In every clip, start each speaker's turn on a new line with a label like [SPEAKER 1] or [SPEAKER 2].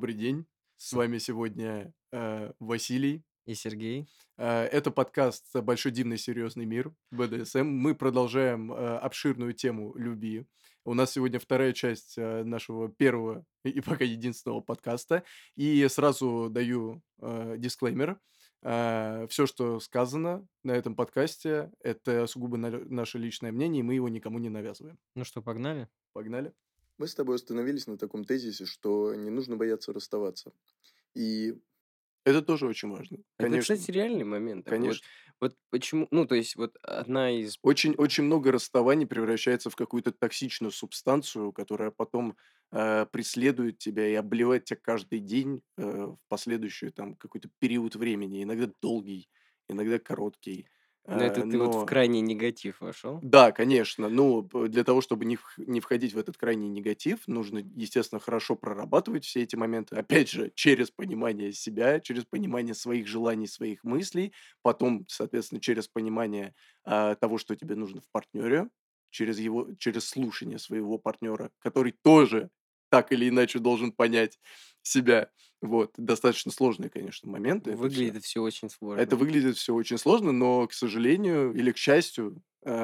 [SPEAKER 1] добрый день. С вами сегодня Василий.
[SPEAKER 2] И Сергей.
[SPEAKER 1] Это подкаст «Большой дивный серьезный мир» БДСМ. Мы продолжаем обширную тему любви. У нас сегодня вторая часть нашего первого и пока единственного подкаста. И сразу даю дисклеймер. Все, что сказано на этом подкасте, это сугубо наше личное мнение, и мы его никому не навязываем.
[SPEAKER 2] Ну что, погнали?
[SPEAKER 1] Погнали. Мы с тобой остановились на таком тезисе, что не нужно бояться расставаться. И это тоже очень важно.
[SPEAKER 2] Это,
[SPEAKER 1] Конечно,
[SPEAKER 2] кстати, реальный момент такой. Вот,
[SPEAKER 1] конечно.
[SPEAKER 2] вот почему, ну, то есть, вот одна из...
[SPEAKER 1] Очень много расставаний превращается в какую-то токсичную субстанцию, которая потом, преследует тебя и обливает тебя каждый день, в последующий там какой-то период времени. Иногда долгий, иногда короткий.
[SPEAKER 2] Ну, это ты вот в
[SPEAKER 1] Но
[SPEAKER 2] крайний негатив вошел.
[SPEAKER 1] да, конечно. Ну, для того, чтобы не входить в этот крайний негатив, нужно, естественно, хорошо прорабатывать все эти моменты. Опять же, через понимание себя, через понимание своих желаний, своих мыслей, потом, соответственно, через понимание того, что тебе нужно в партнере, через слушание своего партнера, который тоже так или иначе должен понять себя. Вот. Достаточно сложные, конечно, моменты это все.
[SPEAKER 2] Выглядит все очень
[SPEAKER 1] Это
[SPEAKER 2] сложно.
[SPEAKER 1] выглядит все очень сложно, но, к сожалению или к счастью,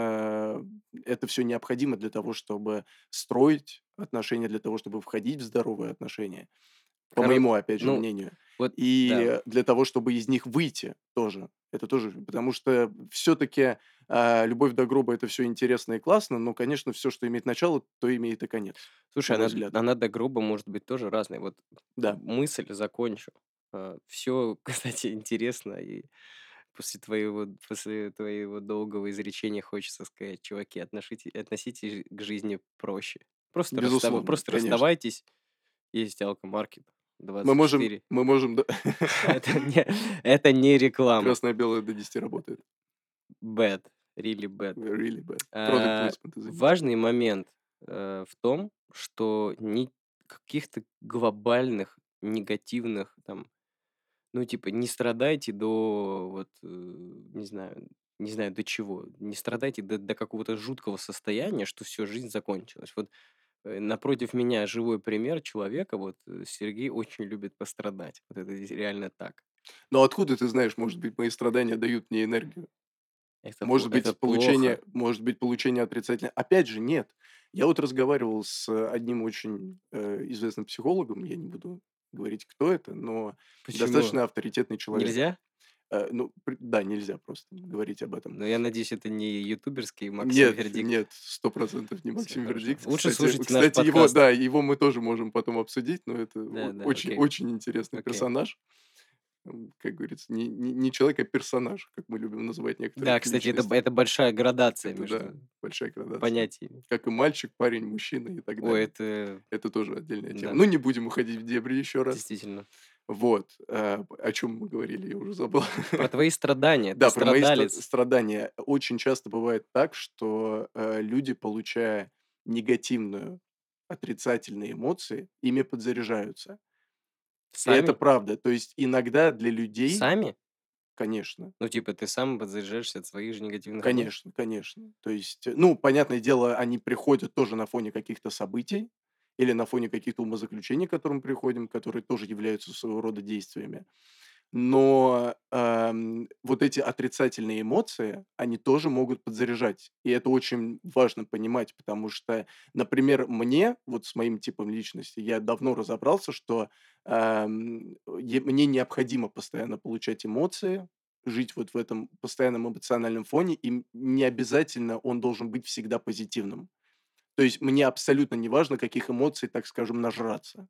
[SPEAKER 1] это все необходимо для того, чтобы строить отношения, для того, чтобы входить в здоровые отношения, по
[SPEAKER 2] Коро...
[SPEAKER 1] моему, опять же,
[SPEAKER 2] Ну,
[SPEAKER 1] мнению.
[SPEAKER 2] вот, да.
[SPEAKER 1] И для того, чтобы из них выйти тоже. Это тоже, потому что все таки любовь до гроба — это все интересно и классно, но, конечно, все, что имеет начало, то имеет и конец, на
[SPEAKER 2] Слушай,
[SPEAKER 1] мой взгляд.
[SPEAKER 2] она до гроба может быть тоже разной. Вот
[SPEAKER 1] Да.
[SPEAKER 2] мысль закончу. Все, кстати, интересно. И после твоего долгого изречения хочется сказать: чуваки, относитесь к жизни проще.
[SPEAKER 1] Безусловно,
[SPEAKER 2] Просто
[SPEAKER 1] конечно.
[SPEAKER 2] расставайтесь. Есть алкомаркет
[SPEAKER 1] Мы можем
[SPEAKER 2] 24.
[SPEAKER 1] мы можем, да.
[SPEAKER 2] Это не это не реклама.
[SPEAKER 1] Красное-белое до 10 работает.
[SPEAKER 2] Bad, really bad.
[SPEAKER 1] Really bad. Product
[SPEAKER 2] А,
[SPEAKER 1] placement, извините.
[SPEAKER 2] Важный момент, в том, что ни каких-то глобальных негативных там, ну, типа, не страдайте до вот, не знаю до чего. Не страдайте до какого-то жуткого состояния, что все жизнь закончилась. Вот, напротив меня живой пример человека. Вот, Сергей очень любит пострадать. Вот это реально так.
[SPEAKER 1] Но откуда ты знаешь, может быть, мои страдания дают мне энергию?
[SPEAKER 2] Это плохо.
[SPEAKER 1] Может быть, получение отрицательной опять же, нет. Я вот разговаривал с одним очень, известным психологом, я не буду говорить, кто это, но
[SPEAKER 2] Почему?
[SPEAKER 1] достаточно авторитетный человек.
[SPEAKER 2] Нельзя?
[SPEAKER 1] Ну, да, нельзя просто говорить об этом.
[SPEAKER 2] Но я надеюсь, это не ютуберский Максим
[SPEAKER 1] Нет,
[SPEAKER 2] Вердикт.
[SPEAKER 1] нет, 100% не
[SPEAKER 2] Всё
[SPEAKER 1] Максим
[SPEAKER 2] хорошо.
[SPEAKER 1] Вердикт.
[SPEAKER 2] Лучше слушайте наш
[SPEAKER 1] Кстати, его,
[SPEAKER 2] подкаст.
[SPEAKER 1] да, его мы тоже можем потом обсудить, но это
[SPEAKER 2] Да-да,
[SPEAKER 1] очень
[SPEAKER 2] окей,
[SPEAKER 1] очень интересный
[SPEAKER 2] окей.
[SPEAKER 1] персонаж. Как говорится, не человек, а персонаж, как мы любим называть
[SPEAKER 2] Да,
[SPEAKER 1] некоторых
[SPEAKER 2] кстати,
[SPEAKER 1] личностей.
[SPEAKER 2] это большая градация
[SPEAKER 1] Это да,
[SPEAKER 2] между
[SPEAKER 1] большая градация.
[SPEAKER 2] понятиями.
[SPEAKER 1] Как и мальчик, парень, мужчина и так
[SPEAKER 2] Ой,
[SPEAKER 1] далее.
[SPEAKER 2] это
[SPEAKER 1] Это тоже отдельная тема.
[SPEAKER 2] да,
[SPEAKER 1] Ну, не будем уходить в дебри еще раз.
[SPEAKER 2] действительно.
[SPEAKER 1] Вот, о чем мы говорили, я уже забыл.
[SPEAKER 2] Про твои страдания. Ты
[SPEAKER 1] Да, про мои
[SPEAKER 2] страдалец.
[SPEAKER 1] страдания. Очень часто бывает так, что, люди, получая негативную, отрицательные эмоции, ими подзаряжаются. И это
[SPEAKER 2] Сами?
[SPEAKER 1] правда. То есть иногда для людей,
[SPEAKER 2] Сами?
[SPEAKER 1] конечно.
[SPEAKER 2] Ну, типа, ты сам подзаряжаешься от своих же негативных эмоций?
[SPEAKER 1] Конечно, конечно. То есть, ну, понятное дело, они приходят тоже на фоне каких-то событий или на фоне каких-то умозаключений, к которым приходим, которые тоже являются своего рода действиями. Но, вот эти отрицательные эмоции, они тоже могут подзаряжать. И это очень важно понимать, потому что, например, мне, вот с моим типом личности, я давно разобрался, что, мне необходимо постоянно получать эмоции, жить вот в этом постоянном эмоциональном фоне, и не обязательно он должен быть всегда позитивным. То есть мне абсолютно не важно, каких эмоций, так скажем, нажраться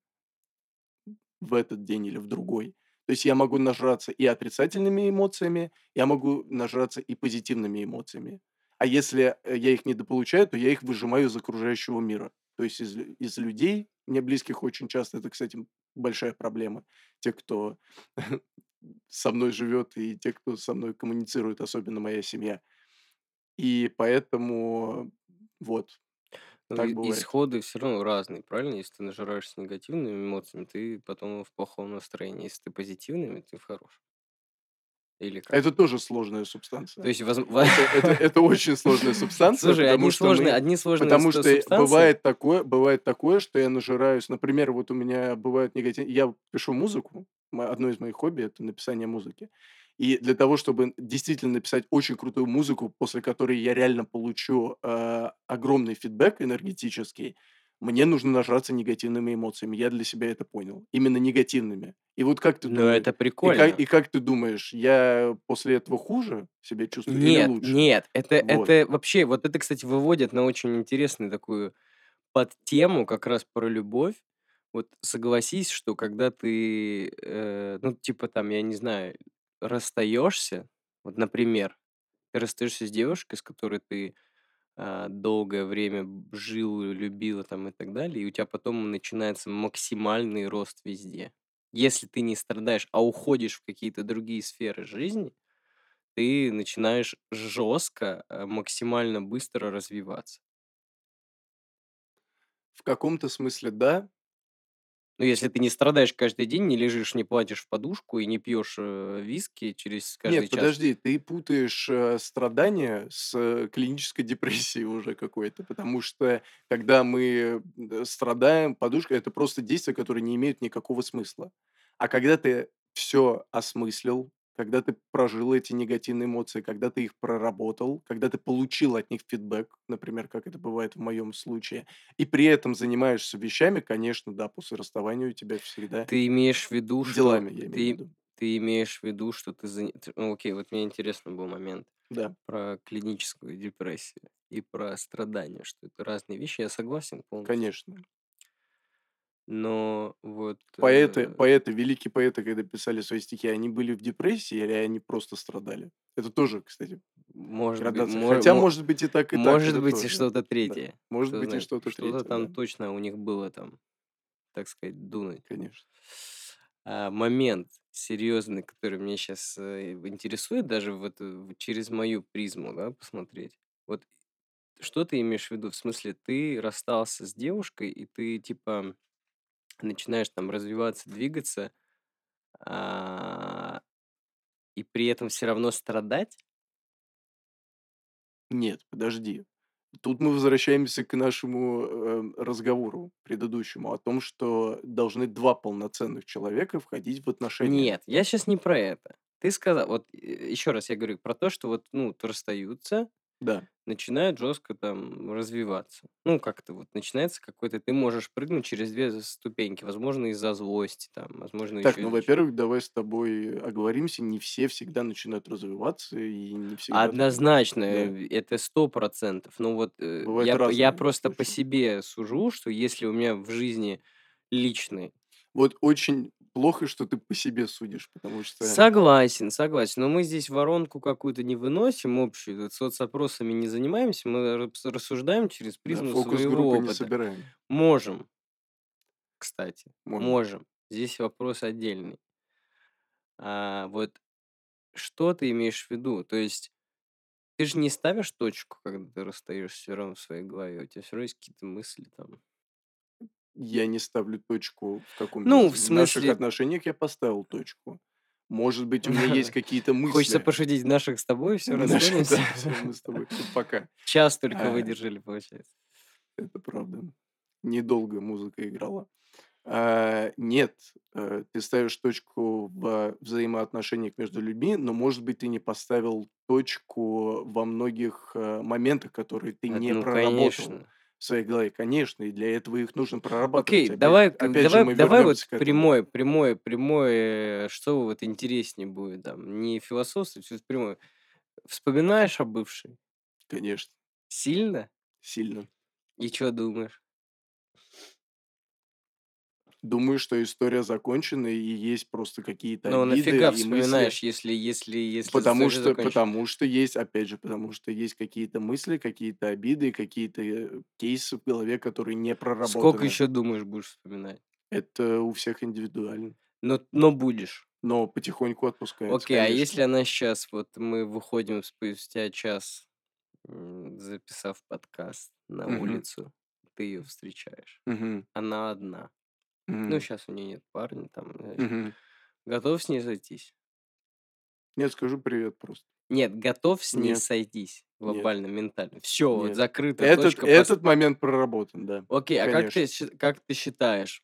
[SPEAKER 1] в этот день или в другой. То есть я могу нажраться и отрицательными эмоциями, я могу нажраться и позитивными эмоциями. А если, я их недополучаю, то я их выжимаю из окружающего мира. То есть из людей, мне близких очень часто, это, кстати, большая проблема. Те, кто со мной живет, и те, кто со мной коммуницирует, особенно моя семья. И поэтому вот
[SPEAKER 2] Ну,
[SPEAKER 1] так бывает.
[SPEAKER 2] исходы все равно разные, правильно? Если ты нажираешься негативными эмоциями, ты потом в плохом настроении. Если ты позитивными, ты в хорошем. Или как?
[SPEAKER 1] Это тоже сложная
[SPEAKER 2] То
[SPEAKER 1] субстанция.
[SPEAKER 2] есть возм
[SPEAKER 1] Это очень сложная субстанция,
[SPEAKER 2] Слушай,
[SPEAKER 1] потому что мы
[SPEAKER 2] одни сложные
[SPEAKER 1] потому что
[SPEAKER 2] субстанции.
[SPEAKER 1] бывает такое, что я нажираюсь. Например, вот у меня бывает негатив я пишу музыку, одно из моих хобби — это написание музыки. И для того, чтобы действительно написать очень крутую музыку, после которой я реально получу, огромный фидбэк энергетический, мне нужно нажраться негативными эмоциями. Я для себя это понял. Именно негативными. И вот как ты
[SPEAKER 2] Но
[SPEAKER 1] думаешь
[SPEAKER 2] это прикольно.
[SPEAKER 1] как ты думаешь, я после этого хуже себя чувствую или
[SPEAKER 2] Нет,
[SPEAKER 1] лучше?
[SPEAKER 2] нет,
[SPEAKER 1] Вот.
[SPEAKER 2] это вообще, вот это, кстати, выводит на очень интересную такую подтему как раз про любовь. Вот согласись, что когда ты, ну, типа там, я не знаю, расстаешься, вот, например, ты расстаешься с девушкой, с которой ты долгое время жил, любил там и так далее, и у тебя потом начинается максимальный рост везде. Если ты не страдаешь, а уходишь в какие-то другие сферы жизни, ты начинаешь жестко, максимально быстро развиваться.
[SPEAKER 1] В каком-то смысле да.
[SPEAKER 2] Ну, если ты не страдаешь каждый день, не лежишь, не платишь в подушку и не пьешь, виски через каждый
[SPEAKER 1] Нет,
[SPEAKER 2] час.
[SPEAKER 1] подожди, ты путаешь, страдания с, клинической депрессией уже какой-то, потому что когда мы, страдаем, подушка — это просто действия, которые не имеют никакого смысла. А когда ты все осмыслил, когда ты прожил эти негативные эмоции, когда ты их проработал, когда ты получил от них фидбэк, например, как это бывает в моем случае, и при этом занимаешься вещами, конечно, да, после расставания у тебя всегда
[SPEAKER 2] Ты имеешь в виду, что
[SPEAKER 1] делами, я имею в
[SPEAKER 2] ты
[SPEAKER 1] виду.
[SPEAKER 2] ты имеешь в виду, что ну, окей, вот мне интересный был момент
[SPEAKER 1] Да,
[SPEAKER 2] про клиническую депрессию и про страдания, что это разные вещи. Я согласен полностью.
[SPEAKER 1] конечно.
[SPEAKER 2] Но вот,
[SPEAKER 1] Поэты, великие поэты, когда писали свои стихи, они были в депрессии или они просто страдали? Это тоже, кстати,
[SPEAKER 2] может быть,
[SPEAKER 1] градация. Хотя, может быть, и так,
[SPEAKER 2] может
[SPEAKER 1] это
[SPEAKER 2] быть, и
[SPEAKER 1] тоже.
[SPEAKER 2] что-то
[SPEAKER 1] Да.
[SPEAKER 2] третье.
[SPEAKER 1] Может
[SPEAKER 2] Кто
[SPEAKER 1] быть, и
[SPEAKER 2] знает,
[SPEAKER 1] что-то
[SPEAKER 2] что-то
[SPEAKER 1] третье, да,
[SPEAKER 2] там точно у них было там, так сказать, дунуть. Момент серьезный, который меня сейчас интересует, даже вот через мою призму, да, посмотреть. Вот что ты имеешь в виду? В смысле, ты расстался с девушкой, и ты типа начинаешь там развиваться, двигаться, а, и при этом все равно страдать?
[SPEAKER 1] Нет, подожди. Тут мы возвращаемся к нашему, разговору предыдущему о том, что должны 2 полноценных человека входить в отношения.
[SPEAKER 2] Нет, я сейчас не про это. Ты сказал, вот еще раз я говорю про то, что вот, ну, то расстаются,
[SPEAKER 1] Да.
[SPEAKER 2] начинают жестко там развиваться. Ну, как-то вот начинается какой-то, ты можешь прыгнуть через 2 ступеньки, возможно, из-за злости, там, возможно,
[SPEAKER 1] Так,
[SPEAKER 2] еще
[SPEAKER 1] ну,
[SPEAKER 2] из-за чего.
[SPEAKER 1] во-первых, давай с тобой оговоримся, не все всегда начинают развиваться, и не всегда так бывает.
[SPEAKER 2] Однозначно,
[SPEAKER 1] Да,
[SPEAKER 2] это 100%. Но вот
[SPEAKER 1] бывают разные
[SPEAKER 2] я просто по
[SPEAKER 1] случаи.
[SPEAKER 2] себе сужу, что если у меня в жизни личной.
[SPEAKER 1] Вот очень плохо, что ты по себе судишь, потому что,
[SPEAKER 2] Согласен, согласен. Но мы здесь воронку какую-то не выносим общую, тут соцопросами не занимаемся, мы рассуждаем через
[SPEAKER 1] да,
[SPEAKER 2] призму своего
[SPEAKER 1] фокус-группы не
[SPEAKER 2] опыта.
[SPEAKER 1] собираем.
[SPEAKER 2] Можем, кстати,
[SPEAKER 1] Можем.
[SPEAKER 2] можем. Здесь вопрос отдельный. Вот что ты имеешь в виду? То есть ты же не ставишь точку, когда ты расстаешься все равно в своей голове, у тебя все равно есть какие-то мысли там.
[SPEAKER 1] Я не ставлю точку в каком
[SPEAKER 2] Ну,
[SPEAKER 1] месте.
[SPEAKER 2] в
[SPEAKER 1] В наших
[SPEAKER 2] смысле,
[SPEAKER 1] отношениях я поставил точку. Может быть, у меня есть какие-то
[SPEAKER 2] хочется
[SPEAKER 1] мысли.
[SPEAKER 2] пошутить, в наших с тобой все
[SPEAKER 1] Наши,
[SPEAKER 2] расходимся.
[SPEAKER 1] да, всё, мы с тобой всё, пока.
[SPEAKER 2] Час только
[SPEAKER 1] А,
[SPEAKER 2] выдержали, получается.
[SPEAKER 1] это правда. Недолго музыка играла. Нет, ты ставишь точку в взаимоотношениях между людьми, но, может быть, ты не поставил точку во многих, моментах, которые ты не
[SPEAKER 2] Ну,
[SPEAKER 1] проработал
[SPEAKER 2] конечно.
[SPEAKER 1] в своей голове. Конечно, и для этого их нужно
[SPEAKER 2] Окей,
[SPEAKER 1] прорабатывать. Опять же, мы
[SPEAKER 2] давай
[SPEAKER 1] вернемся
[SPEAKER 2] вот
[SPEAKER 1] к этому.
[SPEAKER 2] прямое, что вот интереснее будет там, не философствовать, всё прямое. Вспоминаешь о бывшей?
[SPEAKER 1] Конечно,
[SPEAKER 2] Сильно?
[SPEAKER 1] сильно.
[SPEAKER 2] И чё думаешь?
[SPEAKER 1] Думаю, что история закончена, и есть просто какие-то
[SPEAKER 2] Ну, а
[SPEAKER 1] обиды
[SPEAKER 2] нафига
[SPEAKER 1] и мысли.
[SPEAKER 2] вспоминаешь, если
[SPEAKER 1] Потому
[SPEAKER 2] история
[SPEAKER 1] что
[SPEAKER 2] закончена?
[SPEAKER 1] потому что есть, опять же, потому что есть какие-то мысли, какие-то обиды, какие-то, кейсы в голове, которые не
[SPEAKER 2] Сколько
[SPEAKER 1] проработаны.
[SPEAKER 2] еще думаешь, будешь вспоминать?
[SPEAKER 1] Это у всех индивидуально,
[SPEAKER 2] Но будешь.
[SPEAKER 1] но потихоньку отпускается,
[SPEAKER 2] Окей, а если
[SPEAKER 1] конечно.
[SPEAKER 2] она сейчас, вот мы выходим спустя час, записав подкаст на
[SPEAKER 1] Мгм,
[SPEAKER 2] улицу, ты ее встречаешь.
[SPEAKER 1] мгм,
[SPEAKER 2] Она одна. Ну,
[SPEAKER 1] мгм,
[SPEAKER 2] сейчас у нее нет парня там, знаешь.
[SPEAKER 1] мгм.
[SPEAKER 2] Готов с ней сойтись?
[SPEAKER 1] Нет, скажу привет просто.
[SPEAKER 2] Нет, готов с ней
[SPEAKER 1] Нет,
[SPEAKER 2] сойтись
[SPEAKER 1] нет,
[SPEAKER 2] глобально, ментально. Все, вот
[SPEAKER 1] нет.
[SPEAKER 2] закрыта
[SPEAKER 1] Этот
[SPEAKER 2] точка. Пос
[SPEAKER 1] этот момент проработан, да,
[SPEAKER 2] Окей, а
[SPEAKER 1] конечно.
[SPEAKER 2] как ты считаешь,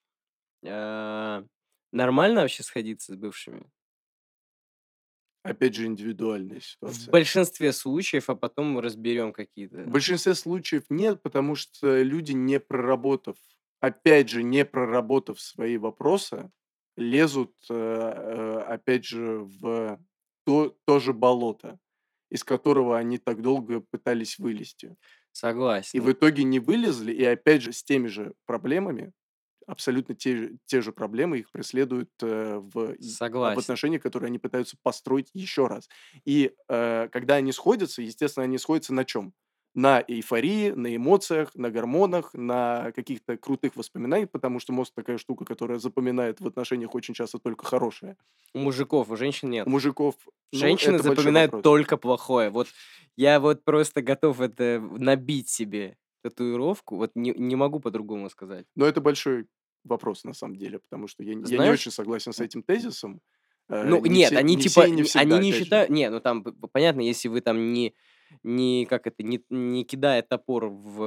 [SPEAKER 2] а, нормально вообще сходиться с бывшими?
[SPEAKER 1] Опять же, индивидуальная
[SPEAKER 2] В
[SPEAKER 1] ситуация.
[SPEAKER 2] большинстве случаев, а потом мы разберем
[SPEAKER 1] В
[SPEAKER 2] какие-то.
[SPEAKER 1] большинстве случаев нет, потому что люди, не проработав, опять же, не проработав свои вопросы, лезут, опять же, в то же болото, из которого они так долго пытались вылезти. И
[SPEAKER 2] Согласен,
[SPEAKER 1] в итоге не вылезли, и опять же с теми же проблемами, абсолютно те же проблемы их преследуют, в
[SPEAKER 2] согласен.
[SPEAKER 1] отношениях, которые они пытаются построить еще раз. И, когда они сходятся, естественно, они сходятся на чем? На эйфории, на эмоциях, на гормонах, на каких-то крутых воспоминаниях, потому что мозг такая штука, которая запоминает в отношениях очень часто только хорошее.
[SPEAKER 2] У мужиков, у женщин
[SPEAKER 1] У
[SPEAKER 2] нет.
[SPEAKER 1] мужиков, ну,
[SPEAKER 2] Женщины
[SPEAKER 1] это большой
[SPEAKER 2] запоминают
[SPEAKER 1] вопрос.
[SPEAKER 2] только плохое. Вот я вот просто готов это набить себе татуировку. Вот не могу по-другому сказать.
[SPEAKER 1] Но это большой вопрос на самом деле, потому что я не
[SPEAKER 2] Знаешь,
[SPEAKER 1] очень согласен с
[SPEAKER 2] м,
[SPEAKER 1] этим тезисом.
[SPEAKER 2] ну
[SPEAKER 1] Не
[SPEAKER 2] нет,
[SPEAKER 1] все
[SPEAKER 2] они
[SPEAKER 1] не все
[SPEAKER 2] типа,
[SPEAKER 1] и не
[SPEAKER 2] они
[SPEAKER 1] всегда,
[SPEAKER 2] не
[SPEAKER 1] опять же.
[SPEAKER 2] считают, не, ну там понятно, если вы там не как это, не кидая топор в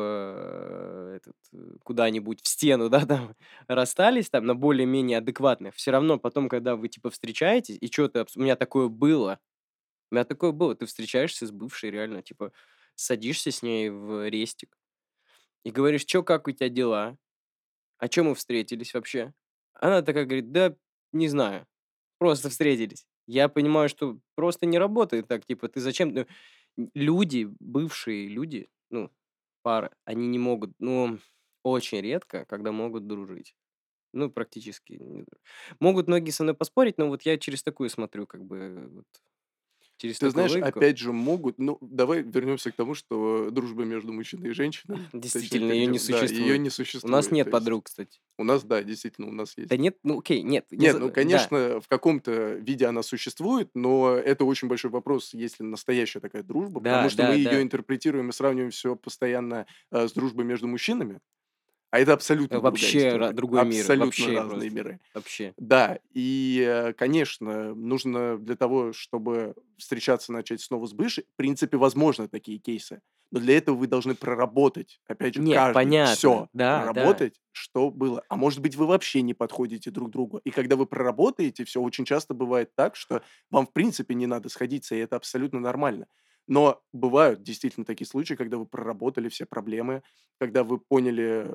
[SPEAKER 2] куда-нибудь в стену, да, там расстались там на более-менее адекватных, все равно потом, когда вы типа встречаетесь, и что-то, у меня такое было, у меня такое было, ты встречаешься с бывшей реально, типа садишься с ней в рестик и говоришь, чё, как у тебя дела? А чё мы встретились вообще? Она такая говорит, да, не знаю, просто встретились. Я понимаю, что просто не работает так, типа, ты зачем? Ну, люди, бывшие люди, ну, пара, они не могут, ну, очень редко, когда могут дружить. Ну, практически. Могут многие со мной поспорить, но вот я через такую смотрю, как бы, вот, через
[SPEAKER 1] Ты
[SPEAKER 2] такую
[SPEAKER 1] знаешь,
[SPEAKER 2] логику.
[SPEAKER 1] опять же, могут. Ну, давай вернемся к тому, что дружба между мужчиной и женщиной, точнее,
[SPEAKER 2] Действительно, ее не
[SPEAKER 1] перейдем. Да, ее
[SPEAKER 2] существует.
[SPEAKER 1] не
[SPEAKER 2] У нас
[SPEAKER 1] существует.
[SPEAKER 2] нет
[SPEAKER 1] То есть
[SPEAKER 2] подруг, кстати.
[SPEAKER 1] у нас, да, действительно, у нас
[SPEAKER 2] Да
[SPEAKER 1] есть.
[SPEAKER 2] нет, ну окей, нет,
[SPEAKER 1] Нет, ну,
[SPEAKER 2] да,
[SPEAKER 1] конечно, в каком-то виде она существует, но это очень большой вопрос, есть ли настоящая такая дружба, потому
[SPEAKER 2] да,
[SPEAKER 1] что мы
[SPEAKER 2] да,
[SPEAKER 1] ее
[SPEAKER 2] да.
[SPEAKER 1] интерпретируем и сравниваем все постоянно, с дружбой между мужчинами, а это абсолютно другая
[SPEAKER 2] Вообще
[SPEAKER 1] история.
[SPEAKER 2] другой мир,
[SPEAKER 1] Абсолютно
[SPEAKER 2] вообще
[SPEAKER 1] разные
[SPEAKER 2] просто,
[SPEAKER 1] миры.
[SPEAKER 2] вообще.
[SPEAKER 1] Да, и, конечно, нужно для того, чтобы встречаться, начать снова с бывшей, в принципе, возможны такие кейсы. Но для этого вы должны проработать, опять же,
[SPEAKER 2] Нет,
[SPEAKER 1] каждый
[SPEAKER 2] понятно,
[SPEAKER 1] все
[SPEAKER 2] да, да.
[SPEAKER 1] проработать, что было. А может быть, вы вообще не подходите друг другу. И когда вы проработаете все, очень часто бывает так, что вам, в принципе, не надо сходиться, и это абсолютно нормально. Но бывают действительно такие случаи, когда вы проработали все проблемы, когда вы поняли,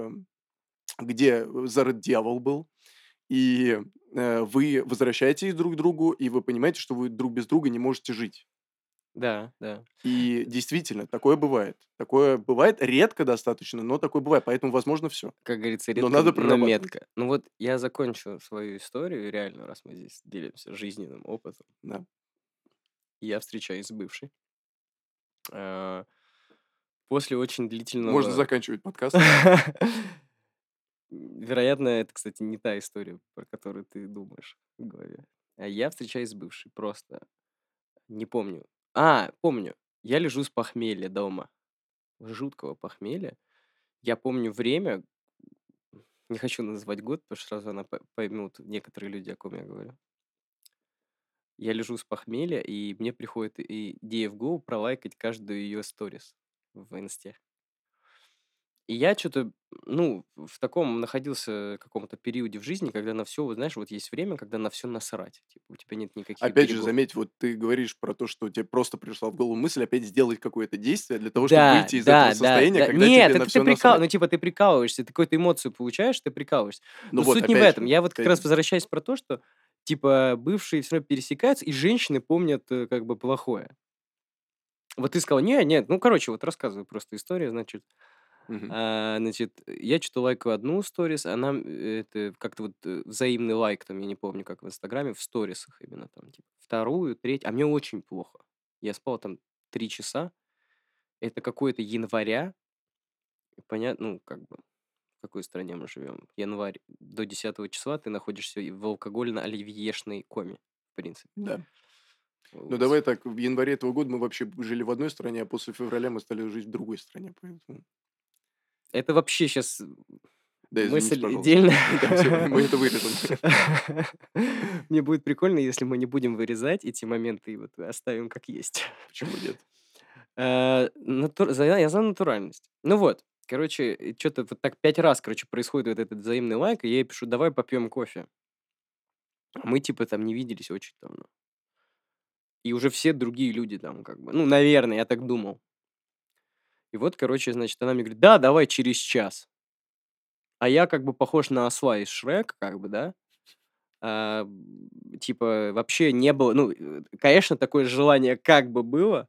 [SPEAKER 1] где зарыт дьявол был, и, вы возвращаетесь друг к другу, и вы понимаете, что вы друг без друга не можете жить.
[SPEAKER 2] Да, да.
[SPEAKER 1] И действительно, такое бывает. Такое бывает редко достаточно, но такое бывает, поэтому возможно все.
[SPEAKER 2] Как говорится,
[SPEAKER 1] Но
[SPEAKER 2] редко,
[SPEAKER 1] надо
[SPEAKER 2] но
[SPEAKER 1] прорабатывать.
[SPEAKER 2] метко. Ну вот я закончу свою историю, реально, раз мы здесь делимся жизненным опытом.
[SPEAKER 1] Да.
[SPEAKER 2] Я встречаюсь с бывшей. А, После очень
[SPEAKER 1] Можно
[SPEAKER 2] длительного.
[SPEAKER 1] заканчивать подкаст.
[SPEAKER 2] Вероятно, это, кстати, не та история, про которую ты думаешь в голове. А я встречаюсь с бывшей, просто не помню. Помню. Я лежу с похмелья дома. Жуткого похмелья. Я помню время, не хочу называть год, потому что сразу она поймут некоторые люди, о ком я говорю. Я лежу с похмелья, и мне приходит идея в голову пролайкать каждую ее сторис в инсте. И я что то ну, в таком находился каком-то периоде в жизни, когда на все, вот знаешь, вот есть время, когда на все насрать. Типа у тебя нет никаких
[SPEAKER 1] Опять же,
[SPEAKER 2] берегов.
[SPEAKER 1] заметь, вот ты говоришь про то, что тебе просто пришла в голову мысль опять сделать какое-то действие для того, чтобы
[SPEAKER 2] Да,
[SPEAKER 1] выйти из этого
[SPEAKER 2] да, да,
[SPEAKER 1] состояния,
[SPEAKER 2] да.
[SPEAKER 1] когда тебе
[SPEAKER 2] Нет,
[SPEAKER 1] на
[SPEAKER 2] это ты
[SPEAKER 1] все насрать.
[SPEAKER 2] ну, типа, ты прикалываешься, ты какую-то эмоцию получаешь, ты прикалываешься.
[SPEAKER 1] Ну
[SPEAKER 2] Но
[SPEAKER 1] вот,
[SPEAKER 2] суть не в
[SPEAKER 1] опять
[SPEAKER 2] этом.
[SPEAKER 1] же,
[SPEAKER 2] Я вот как
[SPEAKER 1] опять
[SPEAKER 2] раз
[SPEAKER 1] же.
[SPEAKER 2] возвращаюсь про то, что, типа, бывшие все равно пересекаются, и женщины помнят, как бы плохое. Вот ты сказал: "Не, нет". Ну, короче, вот рассказываю просто историю, значит.
[SPEAKER 1] Мгм.
[SPEAKER 2] Я что то лайкаю одну сторис, она, это как-то вот, взаимный лайк там, я не помню, как в "Инстаграме", в сторисах именно там, типа, 2-ю, 3 а мне очень плохо. Я спал там 3 часа. Это какое-то января. Понятно, ну, как бы, в какой стране мы живем. Январь до 10 числа ты находишься и в алкогольно-оливьешной коме, в принципе.
[SPEAKER 1] Да. Ну,
[SPEAKER 2] Вот.
[SPEAKER 1] давай так, в январе этого года мы вообще жили в одной стране, а после февраля мы стали жить в другой стране, поэтому.
[SPEAKER 2] Это вообще сейчас
[SPEAKER 1] Да, извините,
[SPEAKER 2] мысль
[SPEAKER 1] пожалуйста.
[SPEAKER 2] дельная.
[SPEAKER 1] Да, всё, мы это вырежем.
[SPEAKER 2] Мне будет прикольно, если мы не будем вырезать эти моменты и вот оставим как есть.
[SPEAKER 1] Почему нет?
[SPEAKER 2] Я за натуральность. Ну вот, короче, что то вот так 5 раз, короче, происходит вот этот взаимный лайк, и я ей пишу: "Давай попьем кофе". А мы типа там не виделись очень давно. И уже все другие люди там как бы, ну, наверное, я так думал. И вот, короче, значит, она мне говорит: "Да, давай через час". А я как бы похож на осла из Шрека, как бы, да. Типа вообще не было, ну, конечно, такое желание как бы было,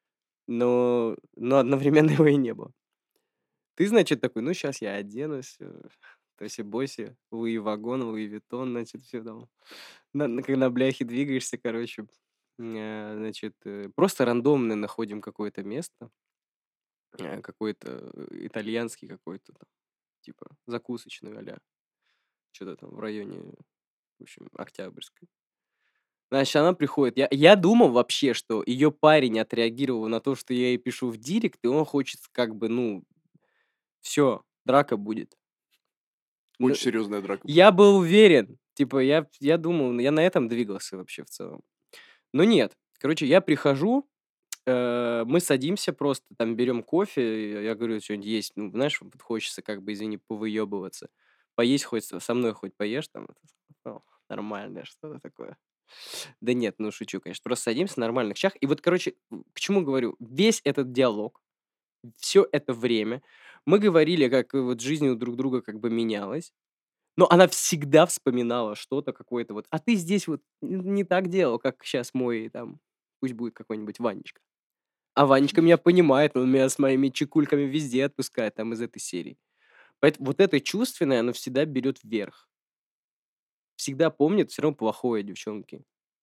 [SPEAKER 2] но одновременно его и не было. Ты, значит, такой: "Ну, сейчас я оденусь, тосси-босси, Луи Вагон, Луи Виттон", значит, все там. На бляхе двигаешься, короче. Значит, просто рандомно находим какое-то место, какой-то итальянский какой-то там, типа закусочный что то там в районе, в общем, Октябрьской. Значит, она приходит. Я думал вообще, что ее парень отреагировал на то, что я ей пишу в директ, и он хочет как бы, ну, все, драка будет. Ну,
[SPEAKER 1] Очень серьезная драка будет.
[SPEAKER 2] я был уверен, типа, я думал, я на этом двигался вообще в целом. Но нет. Короче, я прихожу, мы садимся просто, там берем кофе, я говорю: "Чё-нибудь есть?" Ну, знаешь, вот хочется как бы, извини, повыебываться. Поесть хоть со мной хоть поешь там, ну, нормальное что-то такое. Да нет, ну шучу, конечно. Просто садимся на нормальных щах. И вот, короче, к чему говорю? Весь этот диалог, все это время мы говорили, как вот жизнь у друг друга как бы менялась. Но она всегда вспоминала что-то, какое-то вот: "А ты здесь вот не так делал, как сейчас мой там, пусть будет какой-нибудь Ванечка". А Ванечка меня понимает, он меня с моими чекульками везде отпускает, там из этой серии. Поэтому вот это чувственное, оно всегда берет вверх. Всегда помнит все равно плохое, девчонки.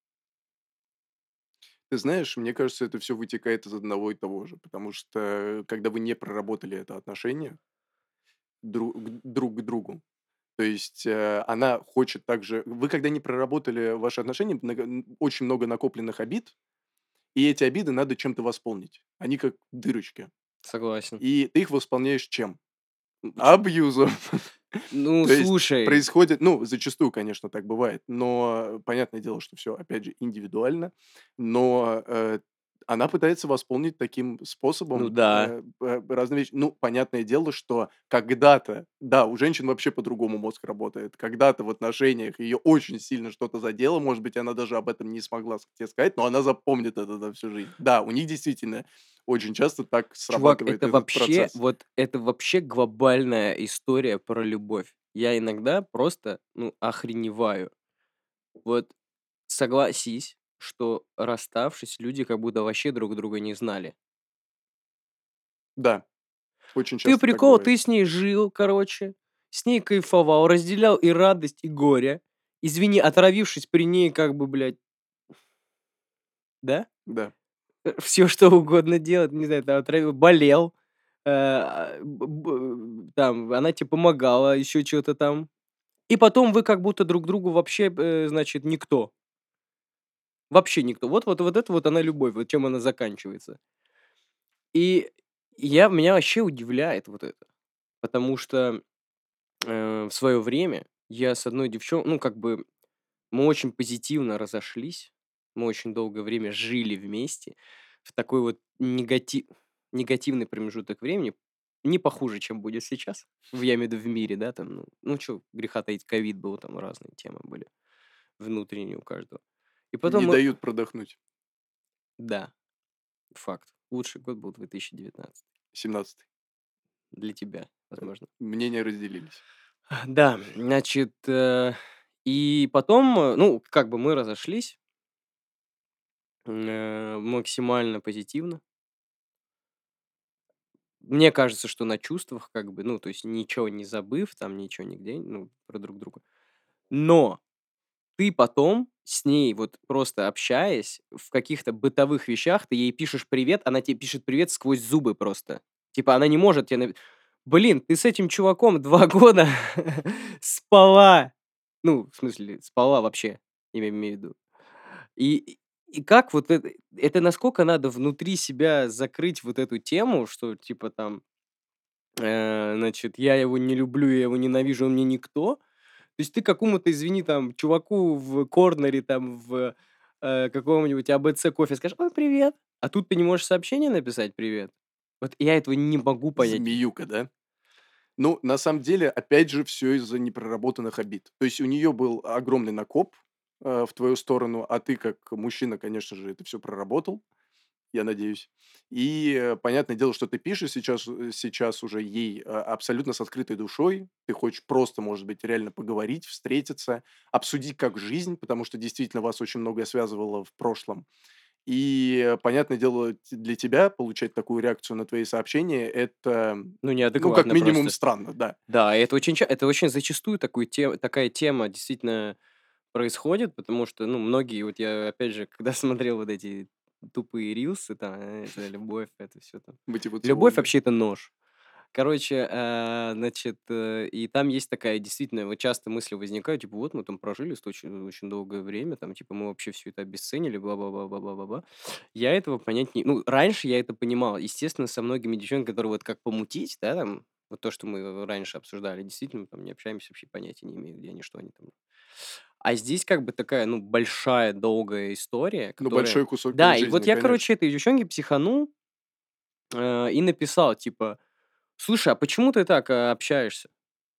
[SPEAKER 1] Ты знаешь, мне кажется, это все вытекает из одного и того же, потому что, когда вы не проработали это отношение друг к другу, то есть, она хочет также вы когда не проработали ваши отношения, очень много накопленных обид, и эти обиды надо чем-то восполнить. Они как дырочки.
[SPEAKER 2] Согласен.
[SPEAKER 1] И ты их восполняешь чем?
[SPEAKER 2] Чё?
[SPEAKER 1] Абьюзом.
[SPEAKER 2] Ну,
[SPEAKER 1] То есть
[SPEAKER 2] слушай,
[SPEAKER 1] происходит, ну, зачастую, конечно, так бывает, но понятное дело, что все, опять же, индивидуально, но, она пытается восполнить таким
[SPEAKER 2] ну
[SPEAKER 1] способом,
[SPEAKER 2] да.
[SPEAKER 1] разные вещи. Ну, понятное дело, что когда-то, да, у женщин вообще по-другому мозг работает. Когда-то в отношениях ее очень сильно что-то задело, может быть, она даже об этом не смогла те сказать, но она запомнит это на всю жизнь. Да, у них действительно очень часто так
[SPEAKER 2] Чувак,
[SPEAKER 1] срабатывает этот процесс.
[SPEAKER 2] это вообще глобальная история про любовь. Я иногда просто, ну, охреневаю. Вот согласись, что расставшись, люди как будто вообще друг друга не знали.
[SPEAKER 1] Да, очень
[SPEAKER 2] Ты
[SPEAKER 1] часто так
[SPEAKER 2] прикол,
[SPEAKER 1] бывает.
[SPEAKER 2] ты с ней жил, короче, с ней кайфовал, разделял и радость, и горе. Извини, отравившись при ней, как бы, блядь, да?
[SPEAKER 1] Да.
[SPEAKER 2] Все что угодно делать, не знаю, там отравил, болел, там, она тебе помогала, еще что то там. И потом вы как будто друг другу вообще, значит, никто. Вообще никто. Вот это вот она любовь, вот чем она заканчивается. И меня вообще удивляет вот это, потому что, в свое время я с одной девчонкой, ну, как бы мы очень позитивно разошлись, мы очень долгое время жили вместе в такой вот негативный промежуток времени, не похуже, чем будет сейчас. Я имею в виду в мире, да, там, ну чё греха таить, ковид был, там разные темы были внутренние у каждого. И потом
[SPEAKER 1] Не
[SPEAKER 2] мы
[SPEAKER 1] дают продохнуть.
[SPEAKER 2] да, факт. Лучший год был 2019
[SPEAKER 1] 17.
[SPEAKER 2] для тебя, возможно.
[SPEAKER 1] Мнения разделились.
[SPEAKER 2] Да, значит, и потом, ну, как бы мы разошлись, максимально позитивно. Мне кажется, что на чувствах, как бы, ну, то есть ничего не забыв, там ничего нигде, ну, про друг друга. Но ты потом с ней, вот просто общаясь, в каких-то бытовых вещах, ты ей пишешь привет, она тебе пишет привет сквозь зубы просто. Типа она не может тебе Блин, ты с этим чуваком 2 года спала. Ну, в смысле, спала вообще, я имею в виду. И и как вот это насколько надо внутри себя закрыть вот эту тему, что типа там Значит, я его не люблю, я его ненавижу, он мне никто. То есть ты какому-то, извини, там, чуваку в корнере, там, в каком-нибудь АБЦ кофе скажешь: "Ой, привет". А тут ты не можешь сообщение написать "привет". Вот я этого не могу понять.
[SPEAKER 1] Змеюка, да? Ну, на самом деле, опять же, все из-за непроработанных обид. То есть у нее был огромный накоп, в твою сторону, а ты как мужчина, конечно же, это все проработал, я надеюсь. И, понятное дело, что ты пишешь сейчас уже ей, абсолютно с открытой душой. Ты хочешь просто, может быть, реально поговорить, встретиться, обсудить как жизнь, потому что действительно вас очень многое связывало в прошлом. И, понятное дело, для тебя получать такую реакцию на твои сообщения — это,
[SPEAKER 2] Ну,
[SPEAKER 1] ну, как
[SPEAKER 2] неадекватно
[SPEAKER 1] минимум
[SPEAKER 2] просто.
[SPEAKER 1] странно, да.
[SPEAKER 2] Да, и это очень зачастую такая тема действительно происходит, потому что, ну, многие, вот я, опять же, когда смотрел вот эти тупые рилсы, там, это любовь, это все там. Любовь
[SPEAKER 1] Мотивационные.
[SPEAKER 2] вообще это нож. Короче, значит, и там есть такая действительно, вот часто мысли возникают, типа, вот мы там прожили очень долгое время, там, типа, мы вообще все это обесценили, бла-бла-бла-бла-бла-бла. Я этого понять не... Ну, раньше я это понимал. Естественно, со многими девчонками, которые вот как помутить, да, там, вот то, что мы раньше обсуждали, действительно, мы там не общаемся, вообще понятия не имею, где они, что они там. А здесь как бы такая, ну, большая, долгая история,
[SPEAKER 1] Ну,
[SPEAKER 2] которая...
[SPEAKER 1] большой кусок твоей
[SPEAKER 2] Да, и вот
[SPEAKER 1] жизни,
[SPEAKER 2] я,
[SPEAKER 1] конечно.
[SPEAKER 2] короче, этой девчонке психанул и написал, типа, слушай, а почему ты так общаешься?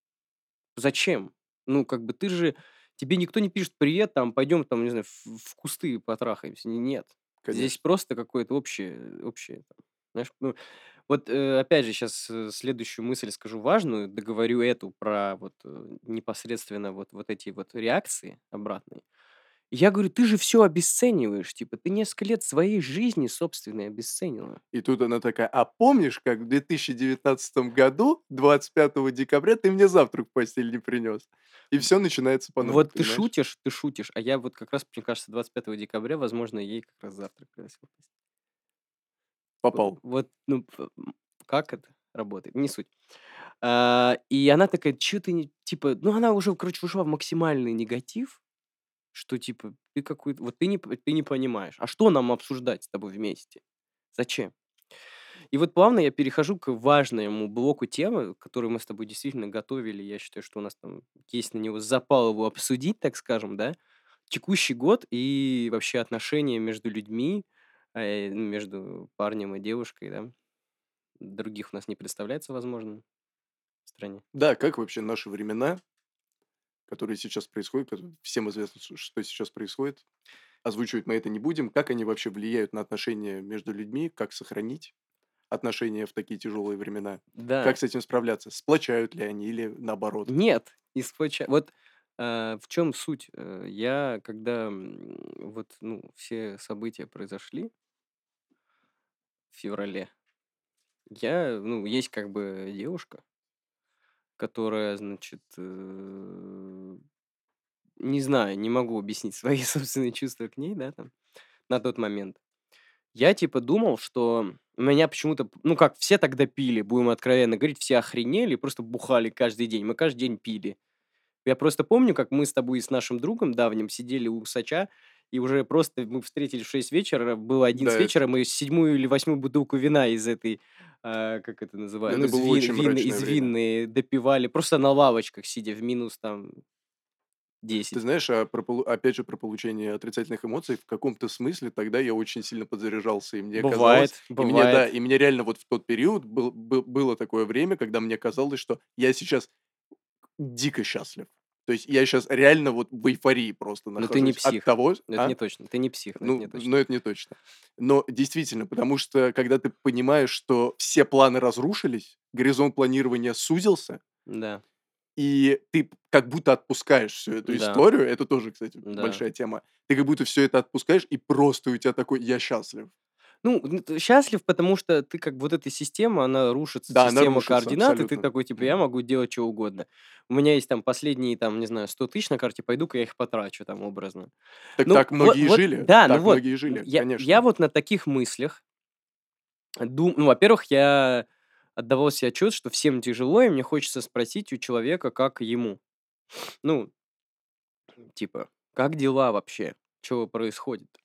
[SPEAKER 2] Зачем? Ну, как бы ты же... Тебе никто не пишет привет, там, пойдем, там, не знаю, в кусты потрахаемся. Нет. Здесь
[SPEAKER 1] Конечно.
[SPEAKER 2] просто какое-то общее там, знаешь, ну, вот опять же сейчас следующую мысль скажу важную, договорю эту про вот непосредственно вот эти вот реакции обратные. Я говорю, ты же все обесцениваешь, типа, ты несколько лет своей жизни собственной обесценила.
[SPEAKER 1] И тут она такая: "А помнишь, как в 2019 году, 25 декабря, ты мне завтрак в постель не принес?" И все начинается по новой,
[SPEAKER 2] Вот
[SPEAKER 1] понимаешь?
[SPEAKER 2] ты шутишь, а я вот как раз, мне кажется, 25 декабря, возможно, ей как раз завтрак приносил.
[SPEAKER 1] Попал.
[SPEAKER 2] Вот, ну, как это работает, не суть. И она такая: "Чё ты не" типа, ну, она уже, короче, ушла в максимальный негатив, что типа ты какой-то вот ты не понимаешь. А что нам обсуждать с тобой вместе? Зачем? И вот плавно я перехожу к важному блоку темы, который мы с тобой действительно готовили. Я считаю, что у нас там есть на него запал его обсудить, так скажем, да. Текущий год и вообще отношения между людьми, между парнем и девушкой, да. Других у нас не представляется возможным в стране.
[SPEAKER 1] Да, как вообще наши времена, которые сейчас происходят, всем известно, что сейчас происходит, озвучивать мы это не будем, как они вообще влияют на отношения между людьми, как сохранить отношения в такие тяжелые времена, как
[SPEAKER 2] Да.
[SPEAKER 1] с этим справляться, сплочают ли они или наоборот.
[SPEAKER 2] Нет, вот, в чем суть? Я когда, вот, ну, все события произошли в феврале, ну, есть как бы девушка, которая, значит, не знаю, не могу объяснить свои собственные чувства к ней, да, там, на тот момент. Я, типа, думал, что меня почему-то, ну, как все тогда пили, будем откровенно говорить, все охренели, просто бухали каждый день. Мы каждый день пили. Я просто помню, как мы с тобой и с нашим другом давним сидели у Усача, и уже просто мы встретились в 6 вечера, было
[SPEAKER 1] Да,
[SPEAKER 2] 11 вечера, мы седьмую или восьмую бутылку вина из этой, как это называется, ну,
[SPEAKER 1] это было очень мрачное
[SPEAKER 2] из
[SPEAKER 1] время.
[SPEAKER 2] винной допивали, просто на лавочках сидя в минус там
[SPEAKER 1] Ты
[SPEAKER 2] 10.
[SPEAKER 1] знаешь, опять же, про получение отрицательных эмоций, в каком-то смысле тогда я очень сильно подзаряжался, и мне казалось,
[SPEAKER 2] Бывает,
[SPEAKER 1] и мне, да,
[SPEAKER 2] бывает.
[SPEAKER 1] и мне реально вот в тот период было такое время, когда мне казалось, что я сейчас дико счастлив. То есть я сейчас реально вот в эйфории просто
[SPEAKER 2] Но ты не
[SPEAKER 1] нахожусь от
[SPEAKER 2] псих.
[SPEAKER 1] того,
[SPEAKER 2] Но это не
[SPEAKER 1] а?
[SPEAKER 2] точно. Ты не псих, но это
[SPEAKER 1] Ну,
[SPEAKER 2] не точно.
[SPEAKER 1] но это не точно. Но действительно, потому что когда ты понимаешь, что все планы разрушились, горизонт планирования сузился,
[SPEAKER 2] Да,
[SPEAKER 1] и ты как будто отпускаешь всю эту
[SPEAKER 2] да,
[SPEAKER 1] историю. Это тоже, кстати,
[SPEAKER 2] да.
[SPEAKER 1] большая тема. Ты как будто все это отпускаешь, и просто у тебя такой: "Я счастлив".
[SPEAKER 2] Ну, ты счастлив, потому что ты как бы вот эта система, она рушится,
[SPEAKER 1] Да, она
[SPEAKER 2] система
[SPEAKER 1] рушится
[SPEAKER 2] координат, и ты
[SPEAKER 1] абсолютно.
[SPEAKER 2] такой, типа, я
[SPEAKER 1] Мгм.
[SPEAKER 2] могу делать что угодно. У меня есть там последние, там, не знаю, 100 тысяч на карте, пойду-ка я их потрачу там образно.
[SPEAKER 1] Так
[SPEAKER 2] Ну,
[SPEAKER 1] так многие жили,
[SPEAKER 2] да, ну
[SPEAKER 1] так
[SPEAKER 2] вот,
[SPEAKER 1] многие жили,
[SPEAKER 2] я
[SPEAKER 1] конечно.
[SPEAKER 2] вот на таких мыслях, ну, во-первых, я отдавал себе отчет, что всем тяжело, и мне хочется спросить у человека, как ему. Ну, типа, как дела вообще? Что происходит?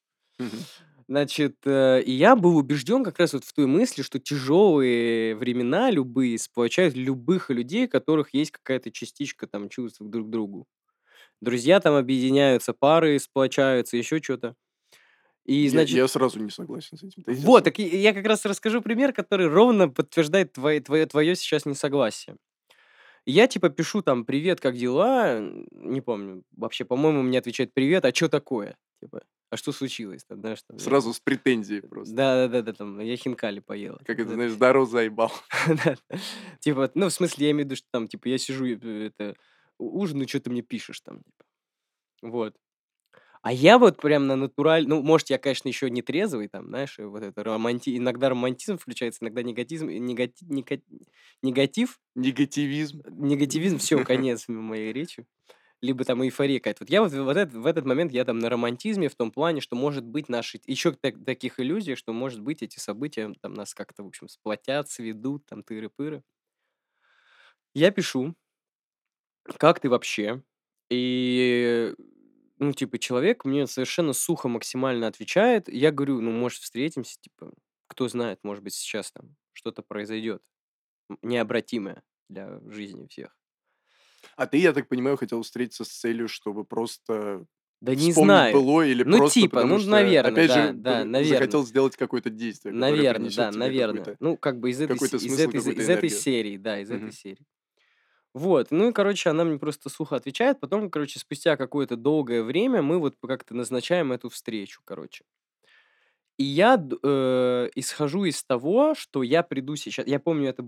[SPEAKER 1] Мгм.
[SPEAKER 2] Значит, и я был убежден как раз вот в той мысли, что тяжелые времена любые сплочают любых людей, у которых есть какая-то частичка там чувств друг к другу. Друзья там объединяются, пары сплочаются, еще что то. И, значит,
[SPEAKER 1] Я сразу не согласен с этим
[SPEAKER 2] вот,
[SPEAKER 1] тезисом.
[SPEAKER 2] так и я как раз расскажу пример, который ровно подтверждает твое сейчас несогласие. Я типа пишу там: "Привет, как дела?" Не помню. Вообще, по-моему, мне отвечает: "Привет, а чё такое?" Типа: "А что случилось?" Там, знаешь, там я
[SPEAKER 1] Сразу с претензией просто.
[SPEAKER 2] да-да-да, там: "Я хинкали поела".
[SPEAKER 1] Как
[SPEAKER 2] Там,
[SPEAKER 1] это,
[SPEAKER 2] вот это
[SPEAKER 1] знаешь,
[SPEAKER 2] всё.
[SPEAKER 1] здорово, заебал.
[SPEAKER 2] Да. Типа, ну, в смысле, я имею в виду, что там, типа, я сижу, это, ужинаю, чё ты мне пишешь там, типа. Вот. А я вот прям на натураль ну, может, я, конечно, еще не трезвый, там, знаешь, и вот это иногда романтизм включается, иногда негатизм, негатив,
[SPEAKER 1] Негативизм.
[SPEAKER 2] негативизм, все, конец моей речи. Либо там эйфория какая-то. Вот я в этот момент я там на романтизме в том плане, что, может быть, наши еще таких иллюзий, что, может быть, эти события там нас как-то, в общем, сплотят, сведут, там, тыры-пыры. Я пишу: "Как ты вообще?" И, ну, типа, человек мне совершенно сухо максимально отвечает. Я говорю: "Ну, может, встретимся, типа, кто знает, может быть, сейчас там что-то произойдет, необратимое для жизни всех".
[SPEAKER 1] А ты, я так понимаю, хотел встретиться с целью, чтобы просто
[SPEAKER 2] Да не
[SPEAKER 1] вспомнить
[SPEAKER 2] знаю.
[SPEAKER 1] былое или
[SPEAKER 2] Ну,
[SPEAKER 1] просто
[SPEAKER 2] типа,
[SPEAKER 1] потому
[SPEAKER 2] ну,
[SPEAKER 1] что,
[SPEAKER 2] наверно,
[SPEAKER 1] опять
[SPEAKER 2] да,
[SPEAKER 1] же,
[SPEAKER 2] да, наверно.
[SPEAKER 1] захотел сделать какое-то действие, которое
[SPEAKER 2] Наверно,
[SPEAKER 1] принесет
[SPEAKER 2] да,
[SPEAKER 1] тебе
[SPEAKER 2] наверно. Ну, как бы
[SPEAKER 1] какой-то смысл, какую-то
[SPEAKER 2] из этой
[SPEAKER 1] энергию.
[SPEAKER 2] серии, да, из этой
[SPEAKER 1] Мгм.
[SPEAKER 2] серии. Вот, ну и, короче, она мне просто сухо отвечает. Потом, короче, спустя какое-то долгое время мы вот как-то назначаем эту встречу, короче. И я исхожу из того, что я приду сейчас. Я помню, это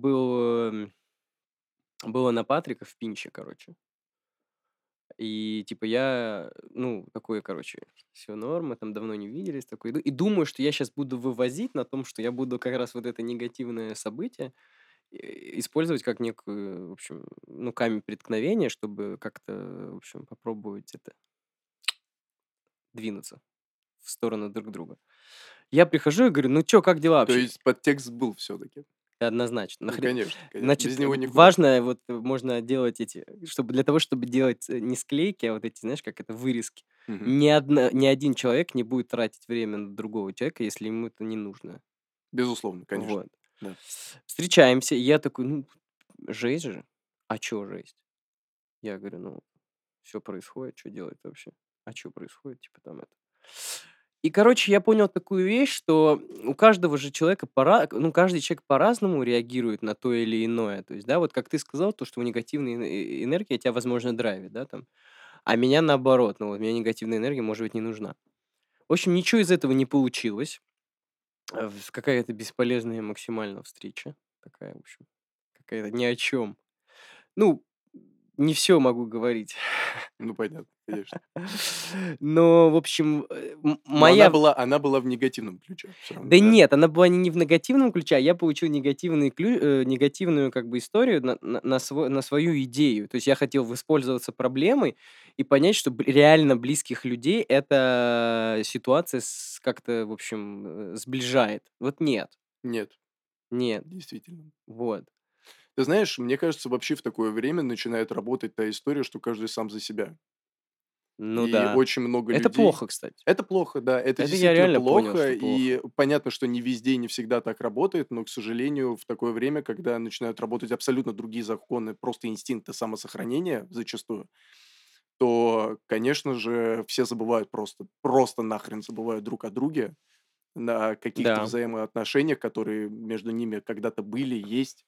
[SPEAKER 2] было на Патрика в Пинче, короче. И типа я, ну, такой, короче, все норм, мы там давно не виделись, такой иду и думаю, что я сейчас буду вывозить на том, что я буду как раз вот это негативное событие, использовать как некую, в общем, ну, камень преткновения, чтобы как-то, в общем, попробовать это, двинуться в сторону друг друга. Я прихожу и говорю: "Ну чё, как дела
[SPEAKER 1] То
[SPEAKER 2] вообще?"
[SPEAKER 1] есть подтекст был все-таки.
[SPEAKER 2] Однозначно.
[SPEAKER 1] Ну, конечно, конечно.
[SPEAKER 2] Значит,
[SPEAKER 1] Без него никуда.
[SPEAKER 2] важно, вот можно делать эти, чтобы для того, чтобы делать не склейки, а вот эти, знаешь, как это, вырезки.
[SPEAKER 1] Мгм.
[SPEAKER 2] Ни один человек не будет тратить время на другого человека, если ему это не нужно.
[SPEAKER 1] Безусловно, конечно.
[SPEAKER 2] Вот.
[SPEAKER 1] Да.
[SPEAKER 2] Встречаемся, и я такой: "Ну, жесть же". "А чё жесть?" Я говорю: "Ну, все происходит, что делать вообще? А что происходит?" Типа там это. И, короче, я понял такую вещь, что у каждого же человека ну, каждый человек по-разному реагирует на то или иное. То есть, да, вот как ты сказал, то, что негативная энергия тебя, возможно, драйвит, да, там, а меня наоборот, ну, вот мне негативная энергия, может быть, не нужна. В общем, ничего из этого не получилось. Какая-то бесполезная максимально встреча. Такая, в общем, какая-то ни о чем. Ну, не все могу говорить.
[SPEAKER 1] Ну, понятно, конечно.
[SPEAKER 2] Но, в общем,
[SPEAKER 1] Но
[SPEAKER 2] моя
[SPEAKER 1] она была в негативном ключе все равно,
[SPEAKER 2] да
[SPEAKER 1] да?
[SPEAKER 2] нет, она была не в негативном ключе, а я получил негативную как бы историю на свою идею. То есть я хотел воспользоваться проблемой и понять, что реально близких людей эта ситуация как-то, в общем, сближает. Вот нет,
[SPEAKER 1] Нет,
[SPEAKER 2] нет,
[SPEAKER 1] действительно.
[SPEAKER 2] вот.
[SPEAKER 1] Ты знаешь, мне кажется, вообще в такое время начинает работать та история, что каждый сам за себя.
[SPEAKER 2] Ну
[SPEAKER 1] И
[SPEAKER 2] да.
[SPEAKER 1] очень много
[SPEAKER 2] Это
[SPEAKER 1] людей.
[SPEAKER 2] плохо, кстати.
[SPEAKER 1] Это плохо, да, это
[SPEAKER 2] Это я
[SPEAKER 1] действительно
[SPEAKER 2] реально понял,
[SPEAKER 1] плохо.
[SPEAKER 2] что плохо.
[SPEAKER 1] И понятно, что не везде и не всегда так работает, но, к сожалению, в такое время, когда начинают работать абсолютно другие законы, просто инстинкты самосохранения зачастую, то, конечно же, все забывают просто нахрен забывают друг о друге, на каких-то
[SPEAKER 2] Да.
[SPEAKER 1] взаимоотношениях, которые между ними когда-то были, есть.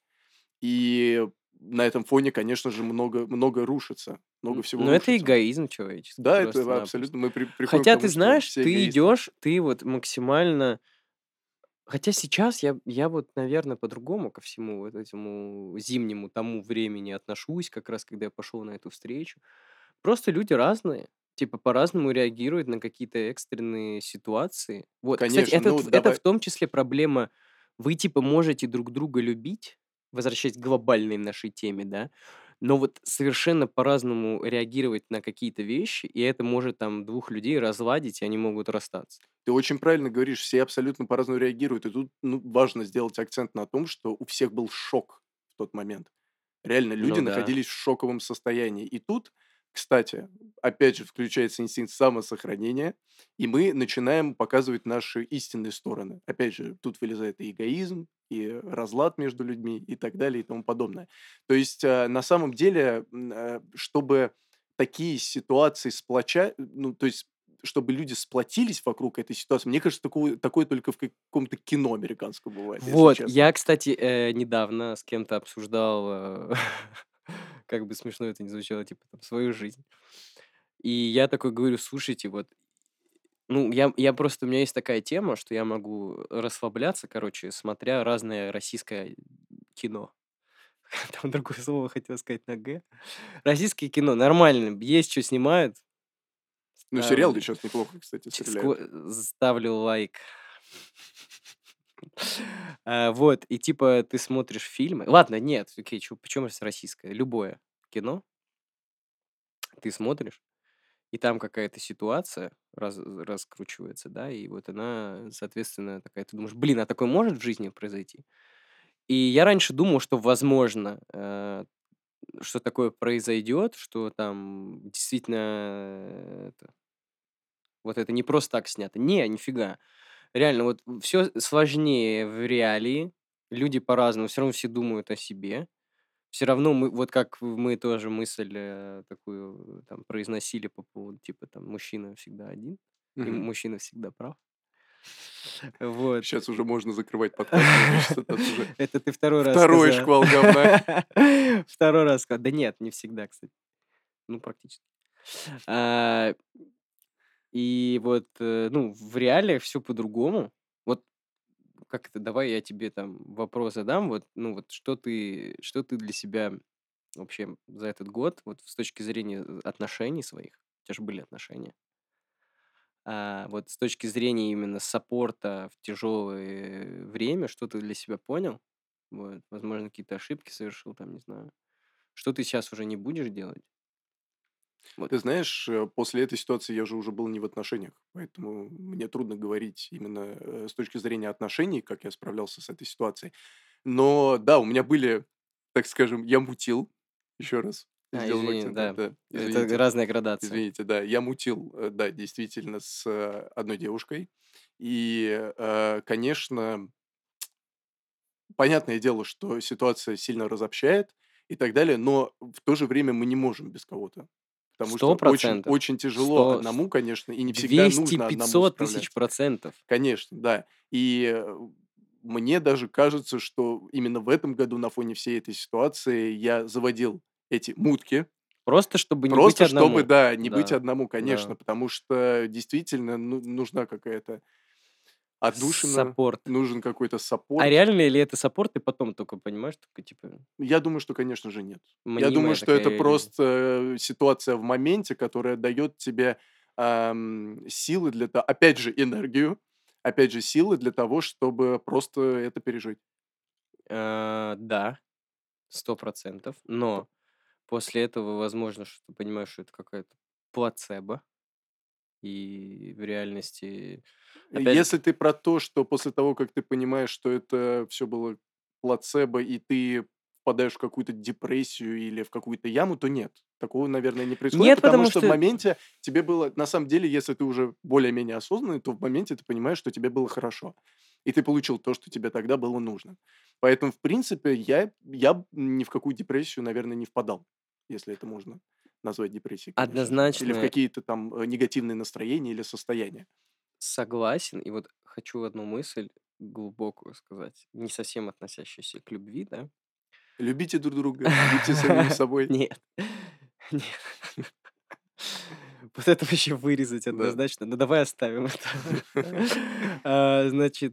[SPEAKER 1] И на этом фоне, конечно же, много рушится, много всего
[SPEAKER 2] Ну, это
[SPEAKER 1] рушится.
[SPEAKER 2] эгоизм человеческий,
[SPEAKER 1] Да, это
[SPEAKER 2] просто-напросто.
[SPEAKER 1] абсолютно мы приходим к
[SPEAKER 2] Хотя, ты
[SPEAKER 1] тому, что
[SPEAKER 2] знаешь,
[SPEAKER 1] все
[SPEAKER 2] ты
[SPEAKER 1] эгоисты.
[SPEAKER 2] идешь, ты вот максимально хотя сейчас я вот, наверное, по-другому ко всему вот этому зимнему тому времени отношусь, как раз когда я пошел на эту встречу. Просто люди разные, типа по-разному реагируют на какие-то экстренные ситуации. Вот, кстати,
[SPEAKER 1] Конечно, ну
[SPEAKER 2] это
[SPEAKER 1] давай.
[SPEAKER 2] в том числе проблема. Вы типа можете друг друга любить, возвращаясь к глобальной нашей теме, да, но вот совершенно по-разному реагировать на какие-то вещи, и это может там двух людей разладить, и они могут расстаться.
[SPEAKER 1] Ты очень правильно говоришь, все абсолютно по-разному реагируют. И тут, ну, важно сделать акцент на том, что у всех был шок в тот момент. Реально, люди
[SPEAKER 2] Ну да.
[SPEAKER 1] находились в шоковом состоянии. И тут, кстати, опять же, включается инстинкт самосохранения, и мы начинаем показывать наши истинные стороны. Опять же, тут вылезает и эгоизм, и разлад между людьми, и так далее, и тому подобное. То есть, на самом деле, чтобы такие ситуации ну, то есть, чтобы люди сплотились вокруг этой ситуации, мне кажется, такое только в каком-то кино американском бывает, если
[SPEAKER 2] Вот,
[SPEAKER 1] честно.
[SPEAKER 2] я, кстати, недавно с кем-то обсуждал, как бы смешно это ни звучало, типа там свою жизнь. И я такой говорю: "Слушайте, вот, ну, я просто, у меня есть такая тема, что я могу расслабляться, короче, смотря разное российское кино". Там другое слово хотел сказать на "г". Российское кино нормально, есть что снимают.
[SPEAKER 1] Ну, сериалы
[SPEAKER 2] Ставлю
[SPEAKER 1] сейчас неплохо, кстати,
[SPEAKER 2] ч
[SPEAKER 1] стреляют.
[SPEAKER 2] ставлю лайк. Вот, и типа ты смотришь фильмы. Ладно, нет, окей, почему российское? Любое кино ты смотришь, и там какая-то ситуация раскручивается, да, и вот она, соответственно, такая, ты думаешь: "Блин, а такое может в жизни произойти?" И я раньше думал, что возможно, что такое произойдет, что там действительно, вот это не просто так снято. Не, нифига. Реально, вот все сложнее в реалии. Люди по-разному, все равно все думают о себе. Все равно мы, вот как мы тоже мысль, такую, там произносили по поводу, типа, там: "Мужчина всегда один, и
[SPEAKER 1] Мгм.
[SPEAKER 2] мужчина всегда прав". Вот.
[SPEAKER 1] Щас уже можно закрывать подкаст, мне кажется, тут уже
[SPEAKER 2] Это ты второй раз
[SPEAKER 1] второй
[SPEAKER 2] сказал.
[SPEAKER 1] шквал говна.
[SPEAKER 2] Второй раз сказал. Да нет, не всегда, кстати. Ну, практически. А, и вот, ну, в реалиях все по-другому. Вот как это, давай я тебе там вопрос задам. Вот, ну, вот что ты для себя вообще за этот год, вот с точки зрения отношений своих, у тебя же были отношения, вот с точки зрения именно саппорта в тяжелое время, что ты для себя понял? Вот, возможно, какие-то ошибки совершил, там, не знаю. Что ты сейчас уже не будешь делать? Вот.
[SPEAKER 1] Ты знаешь, после этой ситуации я же уже был не в отношениях, поэтому мне трудно говорить именно, с точки зрения отношений, как я справлялся с этой ситуацией. Но да, у меня были, так скажем, я мутил, еще раз сделаем
[SPEAKER 2] Извини,
[SPEAKER 1] акцент на
[SPEAKER 2] да,
[SPEAKER 1] это,
[SPEAKER 2] это
[SPEAKER 1] извините.
[SPEAKER 2] разная градация.
[SPEAKER 1] Извините, да, я мутил, да, действительно, с одной девушкой. И, конечно, понятное дело, что ситуация сильно разобщает и так далее, но в то же время мы не можем без кого-то. Потому
[SPEAKER 2] Сто
[SPEAKER 1] что очень
[SPEAKER 2] процентов.
[SPEAKER 1] очень тяжело
[SPEAKER 2] Сто,
[SPEAKER 1] одному, конечно, и не всегда
[SPEAKER 2] 200,
[SPEAKER 1] нужно одному
[SPEAKER 2] 500 тысяч
[SPEAKER 1] справляться.
[SPEAKER 2] процентов.
[SPEAKER 1] Конечно, да. И, мне даже кажется, что именно в этом году на фоне всей этой ситуации я заводил эти мутки,
[SPEAKER 2] Просто чтобы не быть
[SPEAKER 1] просто чтобы,
[SPEAKER 2] одному.
[SPEAKER 1] да, не быть
[SPEAKER 2] Да,
[SPEAKER 1] одному, конечно,
[SPEAKER 2] да.
[SPEAKER 1] потому что действительно нужна какая-то отдушина,
[SPEAKER 2] Саппорт.
[SPEAKER 1] нужен какой-то
[SPEAKER 2] А
[SPEAKER 1] саппорт.
[SPEAKER 2] реально ли это саппорт, ты потом только понимаешь, такой, типа,
[SPEAKER 1] Я думаю, что, конечно же, нет. Я думаю,
[SPEAKER 2] мнимая
[SPEAKER 1] что это
[SPEAKER 2] такая иллюзия.
[SPEAKER 1] просто ситуация в моменте, которая дает тебе, силы для того, опять же, энергию, опять же, силы для того, чтобы просто это пережить.
[SPEAKER 2] Да, 100%. Но после этого, возможно, что ты понимаешь, что это какая-то плацебо, и в реальности, опять же,
[SPEAKER 1] Если ты про то, что после того, как ты понимаешь, что это все было плацебо, и ты впадаешь в какую-то депрессию или в какую-то яму, то нет. Такого, наверное, не происходит,
[SPEAKER 2] нет,
[SPEAKER 1] потому
[SPEAKER 2] потому
[SPEAKER 1] что в
[SPEAKER 2] что
[SPEAKER 1] моменте тебе было на самом деле, если ты уже более-менее осознанный, то в моменте ты понимаешь, что тебе было хорошо. И ты получил то, что тебе тогда было нужно. Поэтому, в принципе, я ни в какую депрессию, наверное, не впадал, если это можно назвать депрессией, конечно же. Или в
[SPEAKER 2] однозначно
[SPEAKER 1] какие-то там, негативные настроения или состояния.
[SPEAKER 2] согласен. И вот хочу одну мысль глубокую сказать, не совсем относящуюся к любви, да.
[SPEAKER 1] Любите друг друга, будьте самими собой.
[SPEAKER 2] Нет, нет. Вот это вообще вырезать
[SPEAKER 1] Да.
[SPEAKER 2] однозначно. Ну, давай оставим это. Значит,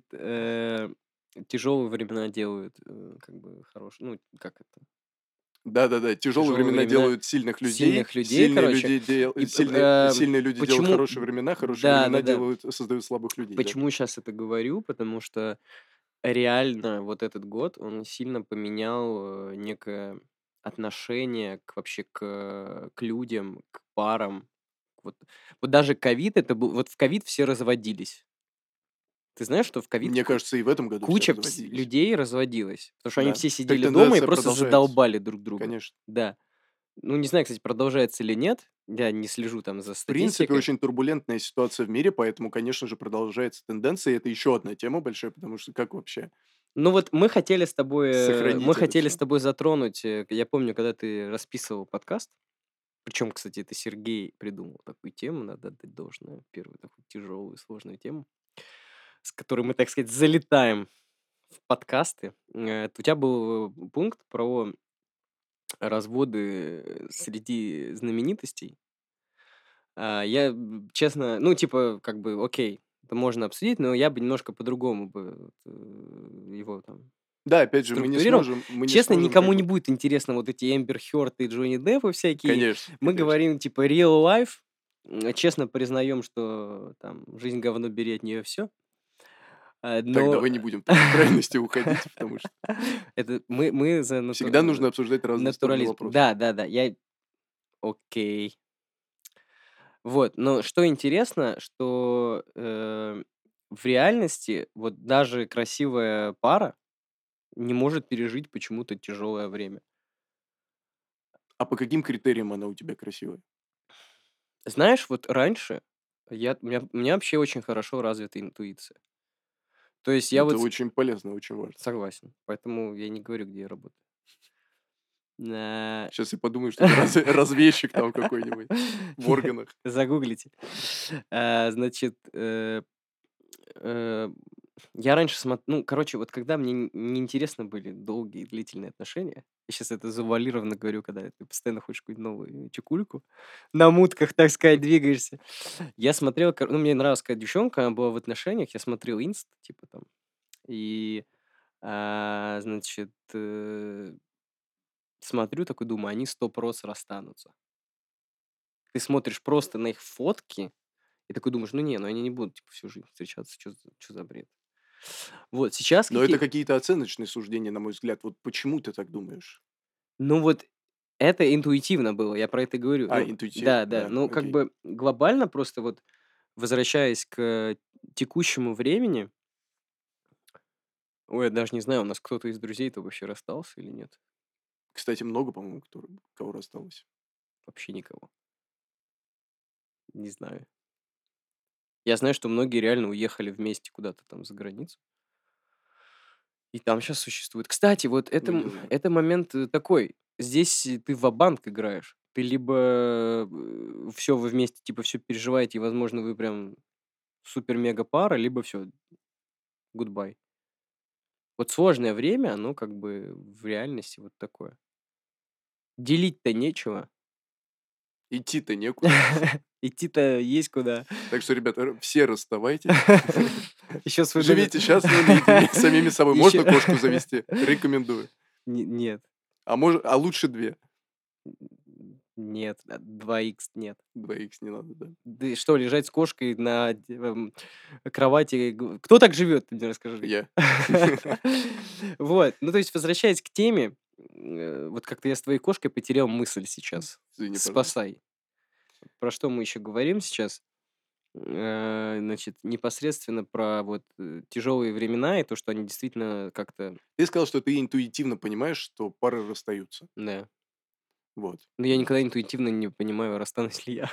[SPEAKER 2] тяжелые времена делают, как бы ну, как это?
[SPEAKER 1] Да-да-да, тяжелые
[SPEAKER 2] Тяжелые
[SPEAKER 1] времена
[SPEAKER 2] времена
[SPEAKER 1] делают сильных людей,
[SPEAKER 2] сильных людей, короче. И
[SPEAKER 1] сильные люди делают
[SPEAKER 2] почему
[SPEAKER 1] хорошие времена, хорошие времена
[SPEAKER 2] да-да-да.
[SPEAKER 1] создают слабых людей, да.
[SPEAKER 2] Почему сейчас это говорю? Потому что реально вот этот год, он сильно поменял, некое отношение вообще к людям, к парам. Вот вот даже ковид это был, вот в ковид все разводились. Ты знаешь, что в ковид
[SPEAKER 1] Мне кажется, и в этом году все
[SPEAKER 2] куча
[SPEAKER 1] разводились.
[SPEAKER 2] людей разводилась, потому что они
[SPEAKER 1] Да.
[SPEAKER 2] все
[SPEAKER 1] Так
[SPEAKER 2] сидели дома и
[SPEAKER 1] тенденция
[SPEAKER 2] просто
[SPEAKER 1] продолжается,
[SPEAKER 2] задолбали друг друга.
[SPEAKER 1] конечно.
[SPEAKER 2] Да. Ну, не знаю, кстати, продолжается или нет. Я не слежу там за
[SPEAKER 1] В принципе,
[SPEAKER 2] статистикой.
[SPEAKER 1] очень турбулентная ситуация в мире, поэтому, конечно же, продолжается тенденция. И это еще одна тема большая, потому что как вообще
[SPEAKER 2] Ну вот мы
[SPEAKER 1] сохранить это
[SPEAKER 2] хотели с
[SPEAKER 1] все?
[SPEAKER 2] тобой затронуть, я помню, когда ты расписывал подкаст, причем, кстати, это Сергей придумал такую тему, надо отдать должное, первую такую тяжелую, сложную тему, с которой мы, так сказать, залетаем в подкасты. У тебя был пункт про разводы среди знаменитостей. Честно, ну, типа, как бы, окей, это можно обсудить, но я бы немножко по-другому бы вот, его там
[SPEAKER 1] Да, опять же,
[SPEAKER 2] структурировал.
[SPEAKER 1] мы не
[SPEAKER 2] Честно,
[SPEAKER 1] сможем
[SPEAKER 2] никому
[SPEAKER 1] как
[SPEAKER 2] не
[SPEAKER 1] бы
[SPEAKER 2] будет интересно вот эти Эмбер Хёрд и Джонни Деппы всякие.
[SPEAKER 1] конечно,
[SPEAKER 2] Мы
[SPEAKER 1] конечно.
[SPEAKER 2] говорим, типа, real life. Честно признаем, что там жизнь говно, бери от нее все.
[SPEAKER 1] Так,
[SPEAKER 2] Но
[SPEAKER 1] давай не будем в такие крайности уходить, потому что
[SPEAKER 2] это мы за
[SPEAKER 1] всегда нужно обсуждать разные стороны
[SPEAKER 2] натурализм.
[SPEAKER 1] вопроса.
[SPEAKER 2] Да, да, да, я окей. Вот, но что интересно, что, в реальности вот даже красивая пара не может пережить почему-то тяжелое время.
[SPEAKER 1] А по каким критериям она у тебя красивая?
[SPEAKER 2] Знаешь, вот раньше у меня вообще очень хорошо развита интуиция. То есть я
[SPEAKER 1] Это
[SPEAKER 2] вот
[SPEAKER 1] очень полезно, очень важно.
[SPEAKER 2] согласен, поэтому я не говорю, где я работаю. А,
[SPEAKER 1] Сейчас я подумаю, что ты разведчик там какой-нибудь в органах.
[SPEAKER 2] Загуглите. Значит, э, я раньше ну, короче, вот когда мне неинтересны были долгие длительные отношения, я сейчас это завуалированно говорю, когда ты постоянно хочешь какую-нибудь новую чекульку, на мутках, так сказать, двигаешься. Я смотрел, ну, мне нравилась какая девчонка, она была в отношениях, я смотрел инст, типа там, и, значит, смотрю такой, думаю, они 100% расстанутся. Ты смотришь просто на их фотки и такой думаешь, ну не, ну они не будут типа всю жизнь встречаться, что за бред. Вот сейчас
[SPEAKER 1] Но это
[SPEAKER 2] какие...
[SPEAKER 1] какие-то оценочные суждения, на мой взгляд. Вот почему ты так думаешь?
[SPEAKER 2] Ну вот это интуитивно было, я про это и говорю.
[SPEAKER 1] А,
[SPEAKER 2] Ну
[SPEAKER 1] интуитивно,
[SPEAKER 2] да, да,
[SPEAKER 1] да,
[SPEAKER 2] ну как
[SPEAKER 1] окей.
[SPEAKER 2] бы глобально просто вот возвращаясь к текущему времени, ой, я даже не знаю, у нас кто-то из друзей-то вообще расстался или нет?
[SPEAKER 1] Кстати, много, по-моему, кого рассталось.
[SPEAKER 2] Вообще никого. Не знаю. Я знаю, что многие реально уехали вместе куда-то там за границу. И там сейчас существует. Кстати, вот это,
[SPEAKER 1] Ну, не знаю.
[SPEAKER 2] это момент такой. Здесь ты ва-банк играешь. Ты либо все вы вместе, типа, все переживаете, и, возможно, вы прям супер-мега пара, либо все, гудбай. Вот сложное время, оно как бы в реальности вот такое. Делить-то нечего.
[SPEAKER 1] Идти-то некуда.
[SPEAKER 2] Идти-то есть куда.
[SPEAKER 1] Так что, ребята, все расставайтесь.
[SPEAKER 2] Еще свой номер.
[SPEAKER 1] Живите счастливо наедине с самими собой.
[SPEAKER 2] Еще...
[SPEAKER 1] Можно кошку завести? Рекомендую.
[SPEAKER 2] Нет.
[SPEAKER 1] А лучше 2.
[SPEAKER 2] Нет. 2х нет.
[SPEAKER 1] 2х не надо, да.
[SPEAKER 2] Да и что, лежать с кошкой на кровати? Кто так живет, ты мне расскажи.
[SPEAKER 1] Я.
[SPEAKER 2] Вот, ну, то есть, возвращаясь к теме, вот как-то я с твоей кошкой потерял мысль сейчас.
[SPEAKER 1] Извини, пожалуйста.
[SPEAKER 2] Спасай. Про что мы еще говорим сейчас? Значит, непосредственно про вот тяжелые времена и то, что они действительно как-то,
[SPEAKER 1] Ты сказал, что ты интуитивно понимаешь, что пары расстаются.
[SPEAKER 2] да.
[SPEAKER 1] Вот.
[SPEAKER 2] Но я никогда интуитивно не понимаю, расстанусь ли я.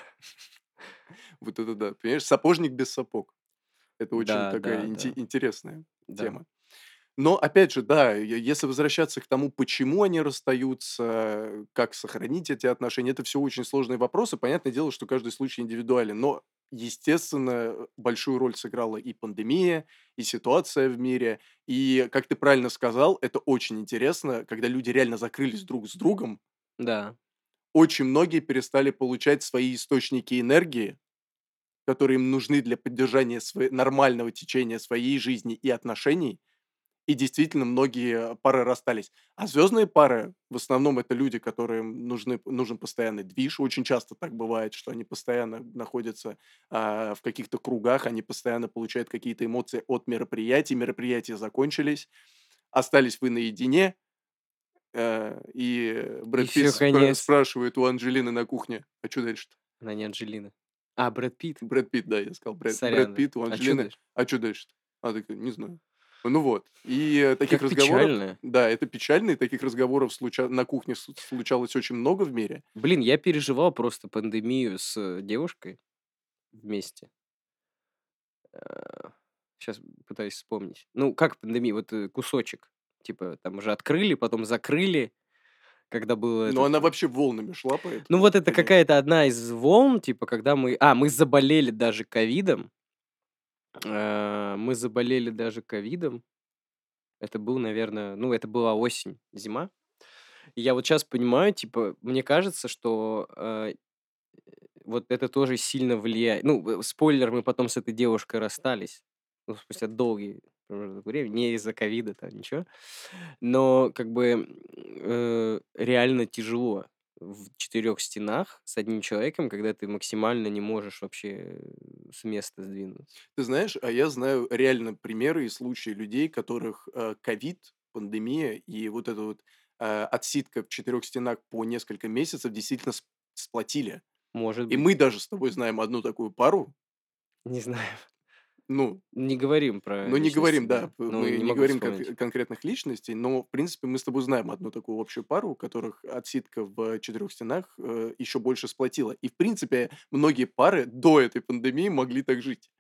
[SPEAKER 1] Вот это да. Понимаешь, сапожник без сапог. Это очень
[SPEAKER 2] Да,
[SPEAKER 1] такая
[SPEAKER 2] да, да,
[SPEAKER 1] интересная
[SPEAKER 2] да.
[SPEAKER 1] тема. Но опять же, да, если возвращаться к тому, почему они расстаются, как сохранить эти отношения, это все очень сложные вопросы. Понятное дело, что каждый случай индивидуален, но, естественно, большую роль сыграла и пандемия, и ситуация в мире. И, как ты правильно сказал, это очень интересно, когда люди реально закрылись друг с другом,
[SPEAKER 2] Да,
[SPEAKER 1] очень многие перестали получать свои источники энергии, которые им нужны для поддержания нормального течения своей жизни и отношений. И действительно, многие пары расстались. А звездные пары, в основном, это люди, которым нужен постоянный движ. Очень часто так бывает, что они постоянно находятся в каких-то кругах, они постоянно получают какие-то эмоции от мероприятий. Мероприятия закончились, остались вы наедине, и
[SPEAKER 2] и
[SPEAKER 1] Брэд Питт
[SPEAKER 2] все, конец.
[SPEAKER 1] спрашивает у Анджелины на кухне, а что дальше-то?
[SPEAKER 2] Она не Анджелина. А, Брэд Питт.
[SPEAKER 1] Брэд Питт, да, я сказал. Брэд
[SPEAKER 2] Сорян.
[SPEAKER 1] Питт у
[SPEAKER 2] А чё
[SPEAKER 1] Анджелины,
[SPEAKER 2] дальше?
[SPEAKER 1] а что дальше-то? Она такая, не знаю. Ну вот. И таких
[SPEAKER 2] Как
[SPEAKER 1] разговоров,
[SPEAKER 2] печально.
[SPEAKER 1] да, это печально, и таких разговоров на кухне случалось очень много в мире.
[SPEAKER 2] Блин, я переживал просто пандемию с девушкой вместе. Сейчас пытаюсь вспомнить. Ну, как пандемия? Вот, кусочек. Типа, там уже открыли, потом закрыли, когда был
[SPEAKER 1] Но
[SPEAKER 2] этот,
[SPEAKER 1] она вообще волнами шла,
[SPEAKER 2] ну,
[SPEAKER 1] поэтому,
[SPEAKER 2] вот это
[SPEAKER 1] конечно.
[SPEAKER 2] какая-то одна из волн, типа, когда мы заболели даже ковидом. Мы заболели даже ковидом. Это был, наверное, ну, это была осень, зима. И я вот сейчас понимаю, типа, мне кажется, что, вот это тоже сильно влияет. Ну, спойлер, мы потом с этой девушкой расстались. Ну, спустя долгий промежуток времени, не из-за ковида, там ничего. Но как бы, реально тяжело в четырех стенах с одним человеком, когда ты максимально не можешь вообще, с места сдвинуться.
[SPEAKER 1] Ты знаешь, а я знаю реально примеры и случаи людей, которых ковид, пандемия и вот эта вот отсидка в четырех стенах по несколько месяцев действительно сплотили.
[SPEAKER 2] Может
[SPEAKER 1] И
[SPEAKER 2] быть,
[SPEAKER 1] мы даже с тобой знаем одну такую пару.
[SPEAKER 2] не знаю.
[SPEAKER 1] Ну,
[SPEAKER 2] Не говорим про
[SPEAKER 1] ну не
[SPEAKER 2] личности,
[SPEAKER 1] говорим, да,
[SPEAKER 2] да. Ну,
[SPEAKER 1] мы
[SPEAKER 2] не
[SPEAKER 1] не
[SPEAKER 2] могу
[SPEAKER 1] говорим
[SPEAKER 2] вспомнить.
[SPEAKER 1] конкретных личностей, но, в принципе, мы с тобой знаем одну такую общую пару, которых отсидка в четырех стенах еще больше сплотила. И, в принципе, многие пары до этой пандемии могли так жить.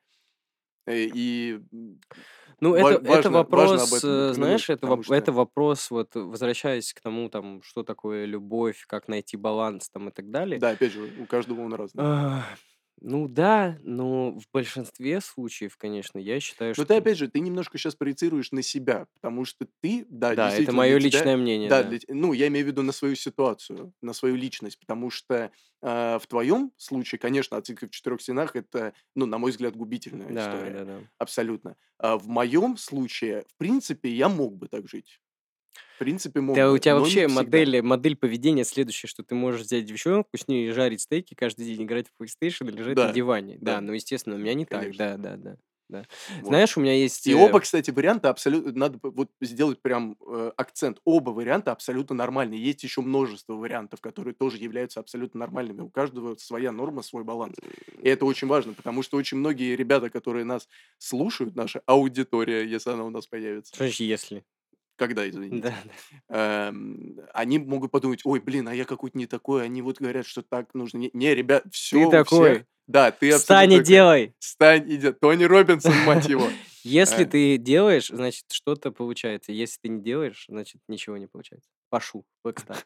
[SPEAKER 1] И
[SPEAKER 2] Ну, это
[SPEAKER 1] важно об
[SPEAKER 2] вопрос,
[SPEAKER 1] этом упомянуть,
[SPEAKER 2] знаешь,
[SPEAKER 1] потому что
[SPEAKER 2] это вопрос, вот, возвращаясь к тому, там, что такое любовь, как найти баланс, там, и так далее.
[SPEAKER 1] да, опять же, у каждого он разный.
[SPEAKER 2] А, ну да, но в большинстве случаев, конечно, я считаю,
[SPEAKER 1] Но ты,
[SPEAKER 2] что
[SPEAKER 1] опять же, ты немножко сейчас проецируешь на себя, потому что ты, да,
[SPEAKER 2] да, это
[SPEAKER 1] действительно, для
[SPEAKER 2] мое
[SPEAKER 1] тебя,
[SPEAKER 2] личное мнение,
[SPEAKER 1] да,
[SPEAKER 2] да.
[SPEAKER 1] ну, я имею в виду на свою ситуацию, на свою личность, потому что в твоем случае, конечно, отсидка в четырех стенах — это, ну, на мой взгляд, губительная
[SPEAKER 2] Да,
[SPEAKER 1] история,
[SPEAKER 2] да-да.
[SPEAKER 1] абсолютно. А в моем случае, в принципе, я мог бы так жить, в принципе, мог
[SPEAKER 2] Да, у
[SPEAKER 1] бы,
[SPEAKER 2] тебя
[SPEAKER 1] но не
[SPEAKER 2] вообще
[SPEAKER 1] всегда,
[SPEAKER 2] модель поведения следующая, что ты можешь взять девчонку, с ней жарить стейки каждый день, играть в PlayStation и лежать на
[SPEAKER 1] да,
[SPEAKER 2] диване. Да,
[SPEAKER 1] да,
[SPEAKER 2] ну, естественно, у меня не так.
[SPEAKER 1] конечно.
[SPEAKER 2] Да, да, да, да.
[SPEAKER 1] Вот.
[SPEAKER 2] Знаешь, у меня есть,
[SPEAKER 1] И оба, кстати, варианта абсолютно надо вот сделать прям, акцент. Оба варианта абсолютно нормальные. Есть еще множество вариантов, которые тоже являются абсолютно нормальными. У каждого своя норма, свой баланс. И это очень важно, потому что очень многие ребята, которые нас слушают, наша аудитория, если она у нас появится.
[SPEAKER 2] что значит "если"?
[SPEAKER 1] Когда, извините?
[SPEAKER 2] Да.
[SPEAKER 1] Они могут подумать: "Ой, блин, а я какой-то не такой, они вот говорят, что так нужно". Не, ребят,
[SPEAKER 2] Ты
[SPEAKER 1] все у всех.
[SPEAKER 2] такой,
[SPEAKER 1] Да, ты
[SPEAKER 2] встань и
[SPEAKER 1] абсолютно такой.
[SPEAKER 2] делай.
[SPEAKER 1] Встань, иди. Тони Робинсон, мать его.
[SPEAKER 2] Если
[SPEAKER 1] Э,
[SPEAKER 2] ты делаешь, значит, что-то получается. Если ты не делаешь, значит, ничего не получается. Пашу, Blackstar.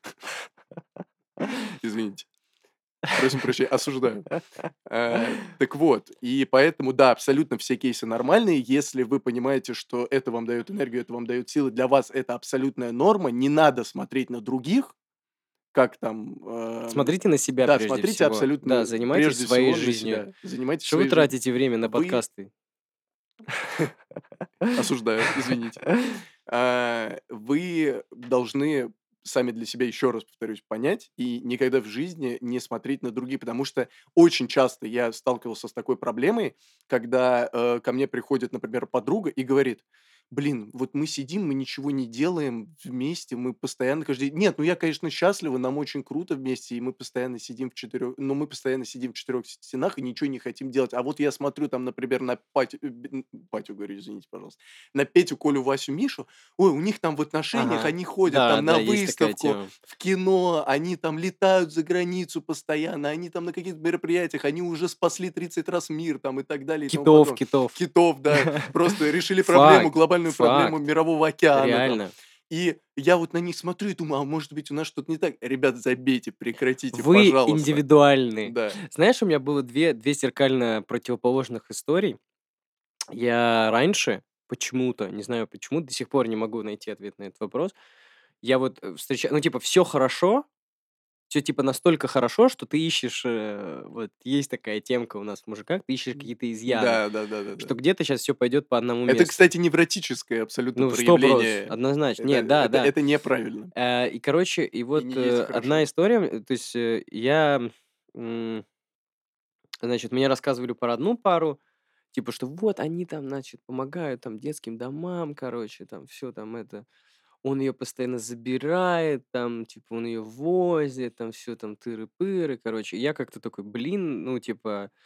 [SPEAKER 1] Извините. Просим прощения, осуждаю. Так вот, и поэтому, да, абсолютно все кейсы нормальные. Если вы понимаете, что это вам дает энергию, это вам дает силы, для вас это абсолютная норма, не надо смотреть на других, как там,
[SPEAKER 2] Смотрите на себя
[SPEAKER 1] да,
[SPEAKER 2] прежде
[SPEAKER 1] смотрите
[SPEAKER 2] всего. Да,
[SPEAKER 1] абсолютно
[SPEAKER 2] занимайтесь
[SPEAKER 1] прежде
[SPEAKER 2] своей
[SPEAKER 1] всего на
[SPEAKER 2] жизнью.
[SPEAKER 1] себя, занимайтесь
[SPEAKER 2] Что вы
[SPEAKER 1] своей жизнью.
[SPEAKER 2] тратите время на
[SPEAKER 1] Вы
[SPEAKER 2] подкасты?
[SPEAKER 1] осуждаю, извините. Вы должны сами для себя, еще раз повторюсь, понять и никогда в жизни не смотреть на других, потому что очень часто я сталкивался с такой проблемой, когда ко мне приходит, например, подруга и говорит: "Блин, вот мы сидим, мы ничего не делаем вместе, мы постоянно каждый день. Нет, ну я, конечно, счастлива, нам очень круто вместе, и мы постоянно сидим в четырех, но мы постоянно сидим в четырех стенах и ничего не хотим делать. А вот я смотрю там, например, на Патю, говорю, извините, пожалуйста, на Петю, Колю, Васю, Мишу. Ой, у них там в отношениях,
[SPEAKER 2] Ага.
[SPEAKER 1] они ходят
[SPEAKER 2] Да,
[SPEAKER 1] там
[SPEAKER 2] да,
[SPEAKER 1] на
[SPEAKER 2] есть такая
[SPEAKER 1] выставку,
[SPEAKER 2] тема.
[SPEAKER 1] в кино, они там летают за границу постоянно, они там на каких-то мероприятиях, они уже спасли 30 раз мир там и так далее и тому
[SPEAKER 2] Китов,
[SPEAKER 1] подобное.
[SPEAKER 2] китов.
[SPEAKER 1] Китов, да, просто решили проблему,
[SPEAKER 2] Факт,
[SPEAKER 1] глобальную проблему
[SPEAKER 2] факт.
[SPEAKER 1] мирового океана там.
[SPEAKER 2] Реально.
[SPEAKER 1] И я вот на них смотрю и думаю, а может быть у нас что-то не так? Ребят, забейте, прекратите,
[SPEAKER 2] Вы
[SPEAKER 1] пожалуйста.
[SPEAKER 2] индивидуальны.
[SPEAKER 1] Да.
[SPEAKER 2] Знаешь, у меня было две зеркально противоположных истории. Я раньше почему-то, не знаю почему, до сих пор не могу найти ответ на этот вопрос. Я вот, встречаю, ну, типа, все хорошо, все типа, настолько хорошо, что ты ищешь, вот есть такая темка у нас в мужиках, ты ищешь какие-то изъяны,
[SPEAKER 1] Да, да, да, да, да.
[SPEAKER 2] что где-то сейчас все пойдет по одному
[SPEAKER 1] Это,
[SPEAKER 2] месту.
[SPEAKER 1] кстати, невротическое абсолютно
[SPEAKER 2] Ну, 100 %,
[SPEAKER 1] проявление.
[SPEAKER 2] однозначно.
[SPEAKER 1] Это,
[SPEAKER 2] Нет, да,
[SPEAKER 1] это,
[SPEAKER 2] да.
[SPEAKER 1] это неправильно.
[SPEAKER 2] И, короче, и
[SPEAKER 1] И
[SPEAKER 2] вот,
[SPEAKER 1] не есть
[SPEAKER 2] одна
[SPEAKER 1] хорошо.
[SPEAKER 2] история, то есть, м, значит, мне рассказывали про одну пару, типа, что вот они там, значит, помогают там детским домам, короче, там все там это. Он ее постоянно забирает, там, типа, он ее возит, там все там тыры-пыры, короче. И я как-то такой, блин, ну, типа,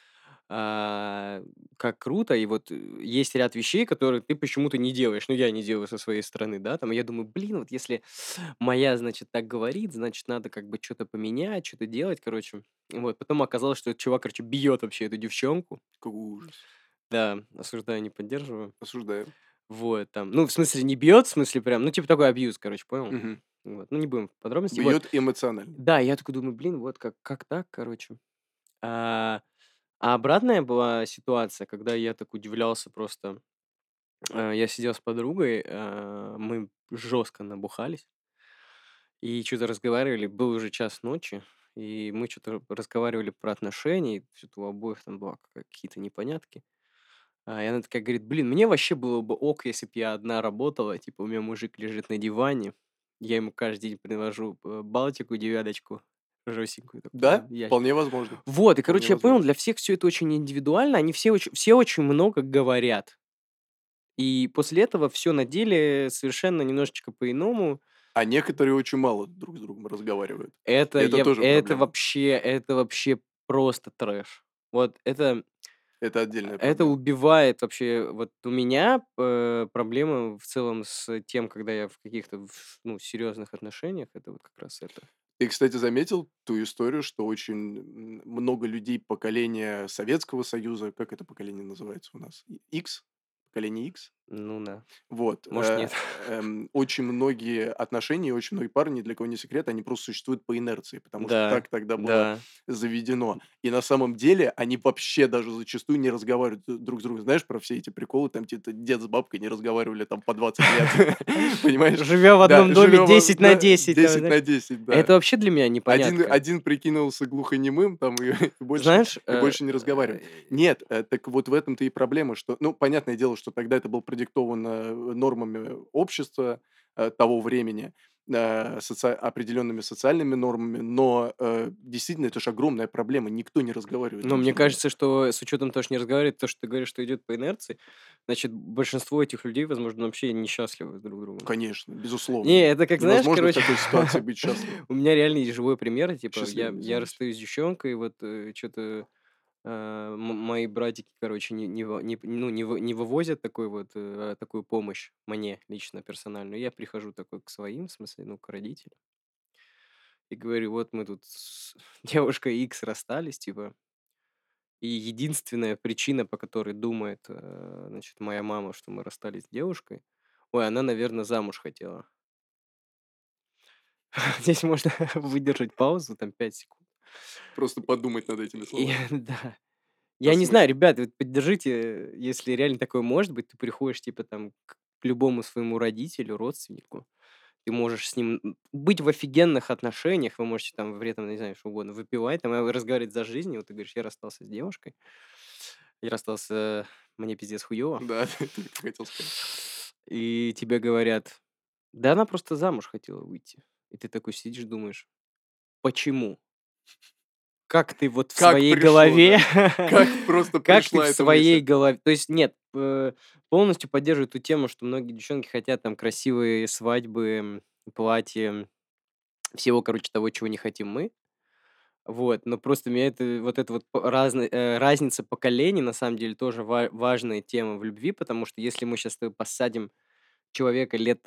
[SPEAKER 2] а, как круто. И вот есть ряд вещей, которые ты почему-то не делаешь. Ну, я не делаю со своей стороны, да, там. И я думаю, блин, вот если моя, значит, так говорит, значит, надо как бы что-то поменять, что-то делать, короче. Вот, потом оказалось, что этот чувак, короче, бьет вообще эту девчонку.
[SPEAKER 1] Какой ужас.
[SPEAKER 2] Да, осуждаю, не поддерживаю.
[SPEAKER 1] Осуждаю.
[SPEAKER 2] Вот, там, ну, в смысле, не бьет, в смысле, прям, ну, типа такой абьюз, короче, понял?
[SPEAKER 1] Мгм.
[SPEAKER 2] Вот, ну, не будем в подробности. Вот,
[SPEAKER 1] Бьет эмоционально.
[SPEAKER 2] да, я такой думаю, блин, вот как так, короче. А, а обратная была ситуация, когда я так удивлялся просто. Я сидел с подругой, мы жестко набухались и что то разговаривали. Был уже час ночи, и мы что то разговаривали про отношения, и чё-то у обоих там была какие-то непонятки. И она такая говорит: "Блин, мне вообще было бы ок, если б я одна работала. Типа, у меня мужик лежит на диване, я ему каждый день привожу, Балтику, девяточку жёстенькую такую,
[SPEAKER 1] Да,
[SPEAKER 2] ящик".
[SPEAKER 1] вполне возможно.
[SPEAKER 2] Вот, и,
[SPEAKER 1] Вполне
[SPEAKER 2] короче, я понял,
[SPEAKER 1] возможно.
[SPEAKER 2] для всех все это очень индивидуально, они все очень много говорят. И после этого все на деле совершенно немножечко по-иному.
[SPEAKER 1] А некоторые очень мало друг с другом разговаривают.
[SPEAKER 2] Это
[SPEAKER 1] Это
[SPEAKER 2] я
[SPEAKER 1] тоже проблема.
[SPEAKER 2] это вообще просто трэш. Вот
[SPEAKER 1] Это отдельная
[SPEAKER 2] это
[SPEAKER 1] проблема.
[SPEAKER 2] убивает вообще. Вот у меня, проблема в целом с тем, когда я в каких-то ну, серьезных отношениях. Это вот как раз это.
[SPEAKER 1] Ты, кстати, заметил ту историю, что очень много людей поколения Советского Союза, как это поколение называется у нас? X? Поколение X?
[SPEAKER 2] Ну да,
[SPEAKER 1] Вот,
[SPEAKER 2] может, нет.
[SPEAKER 1] очень многие отношения, очень многие пары, ни для кого не секрет, они просто существуют по инерции, потому что
[SPEAKER 2] Да,
[SPEAKER 1] так тогда было
[SPEAKER 2] да.
[SPEAKER 1] заведено. И на самом деле они вообще даже зачастую не разговаривают друг с другом. Знаешь про все эти приколы, там типа дед с бабкой не разговаривали там по 20 лет, понимаешь?
[SPEAKER 2] Живя в
[SPEAKER 1] Да,
[SPEAKER 2] одном доме
[SPEAKER 1] живем
[SPEAKER 2] 10 на
[SPEAKER 1] да,
[SPEAKER 2] 10 там,
[SPEAKER 1] 10
[SPEAKER 2] знаешь.
[SPEAKER 1] на 10, да.
[SPEAKER 2] Это вообще для меня
[SPEAKER 1] Один
[SPEAKER 2] непонятка.
[SPEAKER 1] один прикинулся глухонемым там и больше
[SPEAKER 2] Знаешь,
[SPEAKER 1] и больше не разговаривает. Нет, так вот в этом-то и проблема, что, ну, понятное дело, что тогда это было продиктовано, нормами общества, того времени, определенными социальными нормами, но, действительно, это ж огромная проблема. Никто не разговаривает
[SPEAKER 2] но
[SPEAKER 1] друг с
[SPEAKER 2] мне
[SPEAKER 1] другом.
[SPEAKER 2] кажется, что с учетом того, что не разговаривает, то, что ты говоришь, что идет по инерции, значит, большинство этих людей, возможно, вообще несчастливы друг с другом.
[SPEAKER 1] Конечно,
[SPEAKER 2] Не,
[SPEAKER 1] безусловно.
[SPEAKER 2] это как, знаешь,
[SPEAKER 1] Невозможно в
[SPEAKER 2] короче,
[SPEAKER 1] такой ситуации быть счастливым,
[SPEAKER 2] у меня реально есть живой пример. Типа,
[SPEAKER 1] счастливыми,
[SPEAKER 2] я
[SPEAKER 1] извиняюсь.
[SPEAKER 2] расстаюсь с девчонкой, вот что-то мои братики, короче, не вывозят такую помощь мне лично, персональную. Я прихожу такой к своим, в смысле, ну, к родителям, и говорю, вот мы тут с девушкой X расстались, типа, и единственная причина, по которой думает, значит, моя мама, что мы расстались с девушкой, ой, она, наверное, замуж хотела. Здесь можно выдержать паузу, там 5 секунд.
[SPEAKER 1] Просто подумать над этими
[SPEAKER 2] И
[SPEAKER 1] словами,
[SPEAKER 2] да. Я не знаю,
[SPEAKER 1] осмыслить.
[SPEAKER 2] ребят, вот поддержите, если реально такое может быть, ты приходишь, типа, там, к любому своему родителю, родственнику, ты можешь с ним быть в офигенных отношениях, вы можете там при этом, не знаю, что угодно, выпивать, там, разговаривать за жизнь, и вот ты говоришь, я расстался с девушкой, я расстался, мне пиздец хуёво,
[SPEAKER 1] Да, ты так хотел сказать.
[SPEAKER 2] и тебе говорят, да она просто замуж хотела выйти. И ты такой сидишь, думаешь, почему? Как ты вот в
[SPEAKER 1] Как
[SPEAKER 2] своей
[SPEAKER 1] пришло,
[SPEAKER 2] голове,
[SPEAKER 1] да? Как просто
[SPEAKER 2] как ты
[SPEAKER 1] пришла
[SPEAKER 2] в
[SPEAKER 1] эта
[SPEAKER 2] своей
[SPEAKER 1] мысль?
[SPEAKER 2] голове, то есть нет, полностью поддерживаю ту тему, что многие девчонки хотят там красивые свадьбы, платья, всего, короче, того, чего не хотим мы. Вот, но просто меня вот эта вот разница поколений, на самом деле, тоже важная тема в любви, потому что если мы сейчас посадим человека лет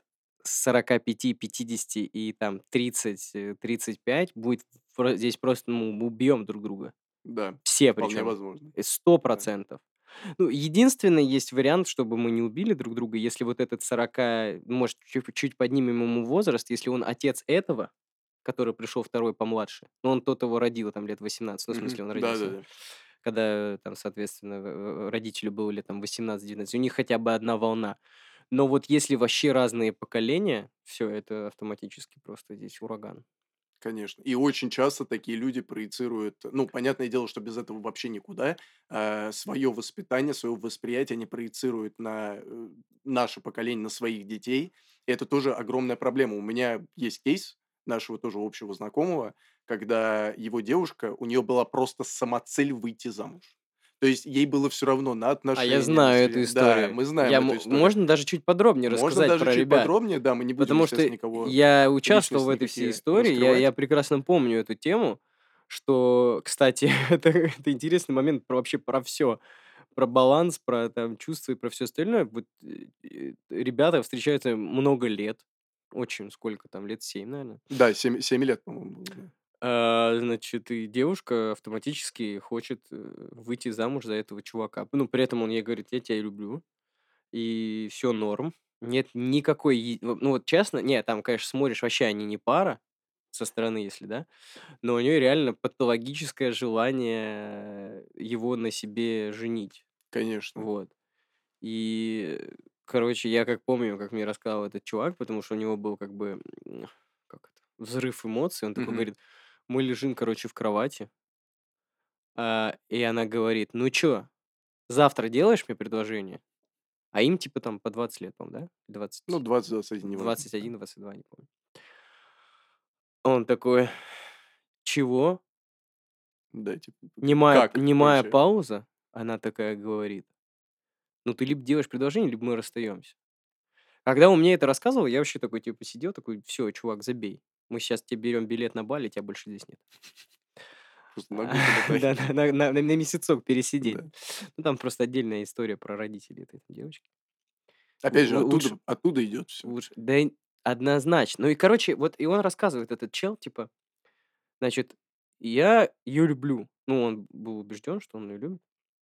[SPEAKER 2] 45-50 и там 30-35, будет здесь просто, ну, мы убьем друг друга.
[SPEAKER 1] Да,
[SPEAKER 2] Все
[SPEAKER 1] вполне
[SPEAKER 2] причем.
[SPEAKER 1] возможно.
[SPEAKER 2] Сто
[SPEAKER 1] Да.
[SPEAKER 2] процентов. Ну, единственный есть вариант, чтобы мы не убили друг друга, если вот этот 40, может, чуть поднимем ему возраст, если он отец этого, который пришел второй помладше, ну, он тот его родил там лет 18, ну, в
[SPEAKER 1] Мгм.
[SPEAKER 2] смысле, он родился,
[SPEAKER 1] Да-да-да.
[SPEAKER 2] когда там, соответственно, родителю было лет там 18-19, у них хотя бы одна волна. Но вот если вообще разные поколения, все, это автоматически просто здесь ураган.
[SPEAKER 1] Конечно. И очень часто такие люди проецируют, ну, понятное дело, что без этого вообще никуда, свое воспитание, свое восприятие они проецируют на наше поколение, на своих детей. И это тоже огромная проблема. У меня есть кейс нашего тоже общего знакомого, когда его девушка, у нее была просто самоцель выйти замуж. То есть ей было все равно на
[SPEAKER 2] А я
[SPEAKER 1] отношения, на
[SPEAKER 2] знаю эту
[SPEAKER 1] семью. Да,
[SPEAKER 2] историю.
[SPEAKER 1] мы знаем эту историю.
[SPEAKER 2] Можно даже чуть подробнее
[SPEAKER 1] Можно
[SPEAKER 2] рассказать
[SPEAKER 1] даже
[SPEAKER 2] про
[SPEAKER 1] чуть
[SPEAKER 2] ребят.
[SPEAKER 1] подробнее, да, мы не будем,
[SPEAKER 2] Потому что
[SPEAKER 1] естественно, никого
[SPEAKER 2] я участвовал в
[SPEAKER 1] личности
[SPEAKER 2] этой всей
[SPEAKER 1] никакие
[SPEAKER 2] истории, я
[SPEAKER 1] раскрывать.
[SPEAKER 2] прекрасно помню эту тему, что, кстати, это интересный момент вообще про все, про баланс, про там чувства и про все остальное. Вот, ребята встречаются много лет, очень сколько там, лет 7, наверно.
[SPEAKER 1] Да, 7 лет, по-моему, было, да.
[SPEAKER 2] Значит, и девушка автоматически хочет, выйти замуж за этого чувака. Ну, при этом он ей говорит: "Я тебя люблю". И все норм. Нет никакой ну вот честно, нет, там, конечно, смотришь, вообще они не пара со стороны, если, да, но у нее реально патологическое желание его на себе женить.
[SPEAKER 1] Конечно.
[SPEAKER 2] Вот. И, короче, я как помню, как мне рассказал этот чувак, потому что у него был как бы, как это, взрыв эмоций. Он такой
[SPEAKER 1] Мгм.
[SPEAKER 2] говорит: "Мы лежим, короче, в кровати, и она говорит: "Ну чё, завтра делаешь мне предложение?" А им типа там по 20 лет, по-моему, да?
[SPEAKER 1] Ну,
[SPEAKER 2] 20,
[SPEAKER 1] 20-21, неважно, да.
[SPEAKER 2] 21, 22, не помню. Он такой: "Чего?"
[SPEAKER 1] Да, типа,
[SPEAKER 2] Немая
[SPEAKER 1] как
[SPEAKER 2] немая
[SPEAKER 1] вообще?
[SPEAKER 2] пауза. Она такая говорит: "Ну, ты либо делаешь предложение, либо мы расстаемся". Когда он мне это рассказывал, я вообще такой, типа, сидел, такой: "Все, чувак, забей. Мы сейчас тебе берем билет на Бали, тебя больше здесь нет".
[SPEAKER 1] Просто на год улетай.
[SPEAKER 2] Да, на месяцок пересидеть.
[SPEAKER 1] Да.
[SPEAKER 2] Ну, там просто отдельная история про родителей этой девочки.
[SPEAKER 1] Опять же,
[SPEAKER 2] Лучше
[SPEAKER 1] оттуда идет все.
[SPEAKER 2] лучше да и однозначно. Ну и, короче, вот и он рассказывает, этот чел, типа, значит, я ее люблю. Ну, он был убежден, что он ее любит.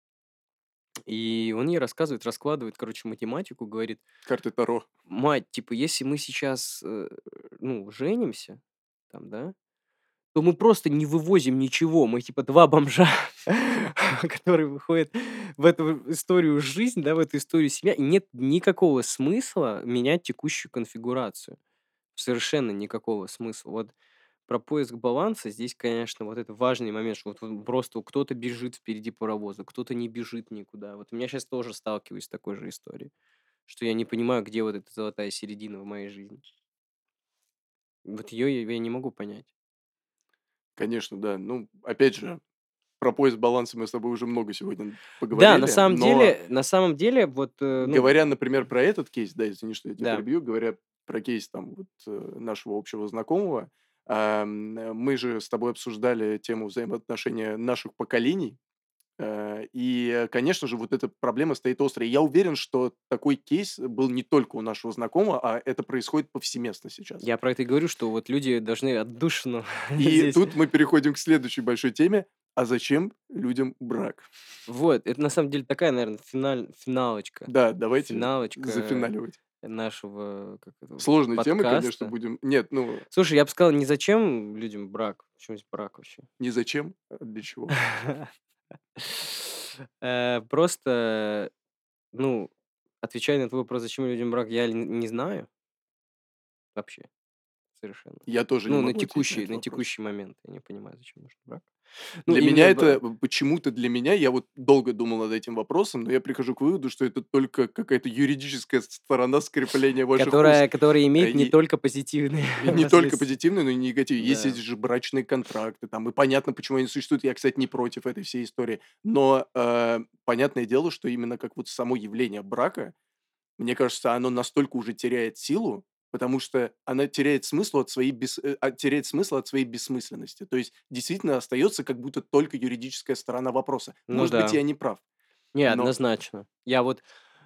[SPEAKER 2] И он ей рассказывает, раскладывает, короче, математику, говорит:
[SPEAKER 1] Карты Таро.
[SPEAKER 2] "Мать, типа, если мы сейчас, ну, женимся, там, да, то мы просто не вывозим ничего. Мы типа 2 бомжа, которые выходят в эту историю жизнь, да, в эту историю семья. И нет никакого смысла менять текущую конфигурацию. Совершенно никакого смысла. Вот про поиск баланса здесь, конечно, вот это важный момент, что вот просто кто-то бежит впереди паровоза, кто-то не бежит никуда. Вот у меня сейчас тоже сталкиваюсь с такой же историей, что я не понимаю, где вот эта золотая середина в моей жизни. Вот ее я не могу понять.
[SPEAKER 1] Конечно, да. Ну, опять же, про поиск баланса мы с тобой уже много сегодня
[SPEAKER 2] Да,
[SPEAKER 1] поговорили, но
[SPEAKER 2] на самом деле, вот, ну,
[SPEAKER 1] говоря, например, про этот кейс, да, извини, что я тебя
[SPEAKER 2] да,
[SPEAKER 1] перебью, говоря про кейс там вот, нашего общего знакомого, мы же с тобой обсуждали тему взаимоотношения наших поколений. Конечно же, вот эта проблема стоит острая. Я уверен, что такой кейс был не только у нашего знакомого, а это происходит повсеместно сейчас.
[SPEAKER 2] я про это и говорю, что вот люди должны отдушину
[SPEAKER 1] И
[SPEAKER 2] здесь.
[SPEAKER 1] тут мы переходим к следующей большой теме. А зачем людям брак?
[SPEAKER 2] Вот, это на самом деле такая, наверное, финалочка.
[SPEAKER 1] Да, давайте
[SPEAKER 2] Финалочка
[SPEAKER 1] зафиналивать.
[SPEAKER 2] нашего, как это,
[SPEAKER 1] Сложные темы, конечно,
[SPEAKER 2] подкаста.
[SPEAKER 1] будем. Нет, ну,
[SPEAKER 2] Слушай, я бы сказал, не зачем людям брак. Почему здесь брак вообще?
[SPEAKER 1] не зачем, а для чего.
[SPEAKER 2] Просто, ну, отвечая на твой вопрос, зачем людям брак, я не знаю вообще совершенно.
[SPEAKER 1] Я тоже не
[SPEAKER 2] Ну,
[SPEAKER 1] могу ответить на этот
[SPEAKER 2] на
[SPEAKER 1] вопрос.
[SPEAKER 2] текущий момент я не понимаю, зачем нужен брак. Ну,
[SPEAKER 1] Для
[SPEAKER 2] именно
[SPEAKER 1] меня это, почему-то для меня, я вот долго думал над этим вопросом, но я прихожу к выводу, что это только какая-то юридическая сторона скрепления ваших уст.
[SPEAKER 2] которая имеет не
[SPEAKER 1] И
[SPEAKER 2] только позитивные
[SPEAKER 1] и не только
[SPEAKER 2] последствия.
[SPEAKER 1] позитивные, но и негативные. Есть
[SPEAKER 2] Да.
[SPEAKER 1] эти же брачные контракты, там, и понятно, почему они существуют. Я, кстати, не против этой всей истории. Но, понятное дело, что именно как вот само явление брака, мне кажется, оно настолько уже теряет силу, потому что она теряет теряет смысл от своей бессмысленности. То есть действительно остается как будто только юридическая сторона вопроса.
[SPEAKER 2] Ну
[SPEAKER 1] Может быть,
[SPEAKER 2] да.
[SPEAKER 1] я не прав,
[SPEAKER 2] Не,
[SPEAKER 1] но
[SPEAKER 2] однозначно. Я вот,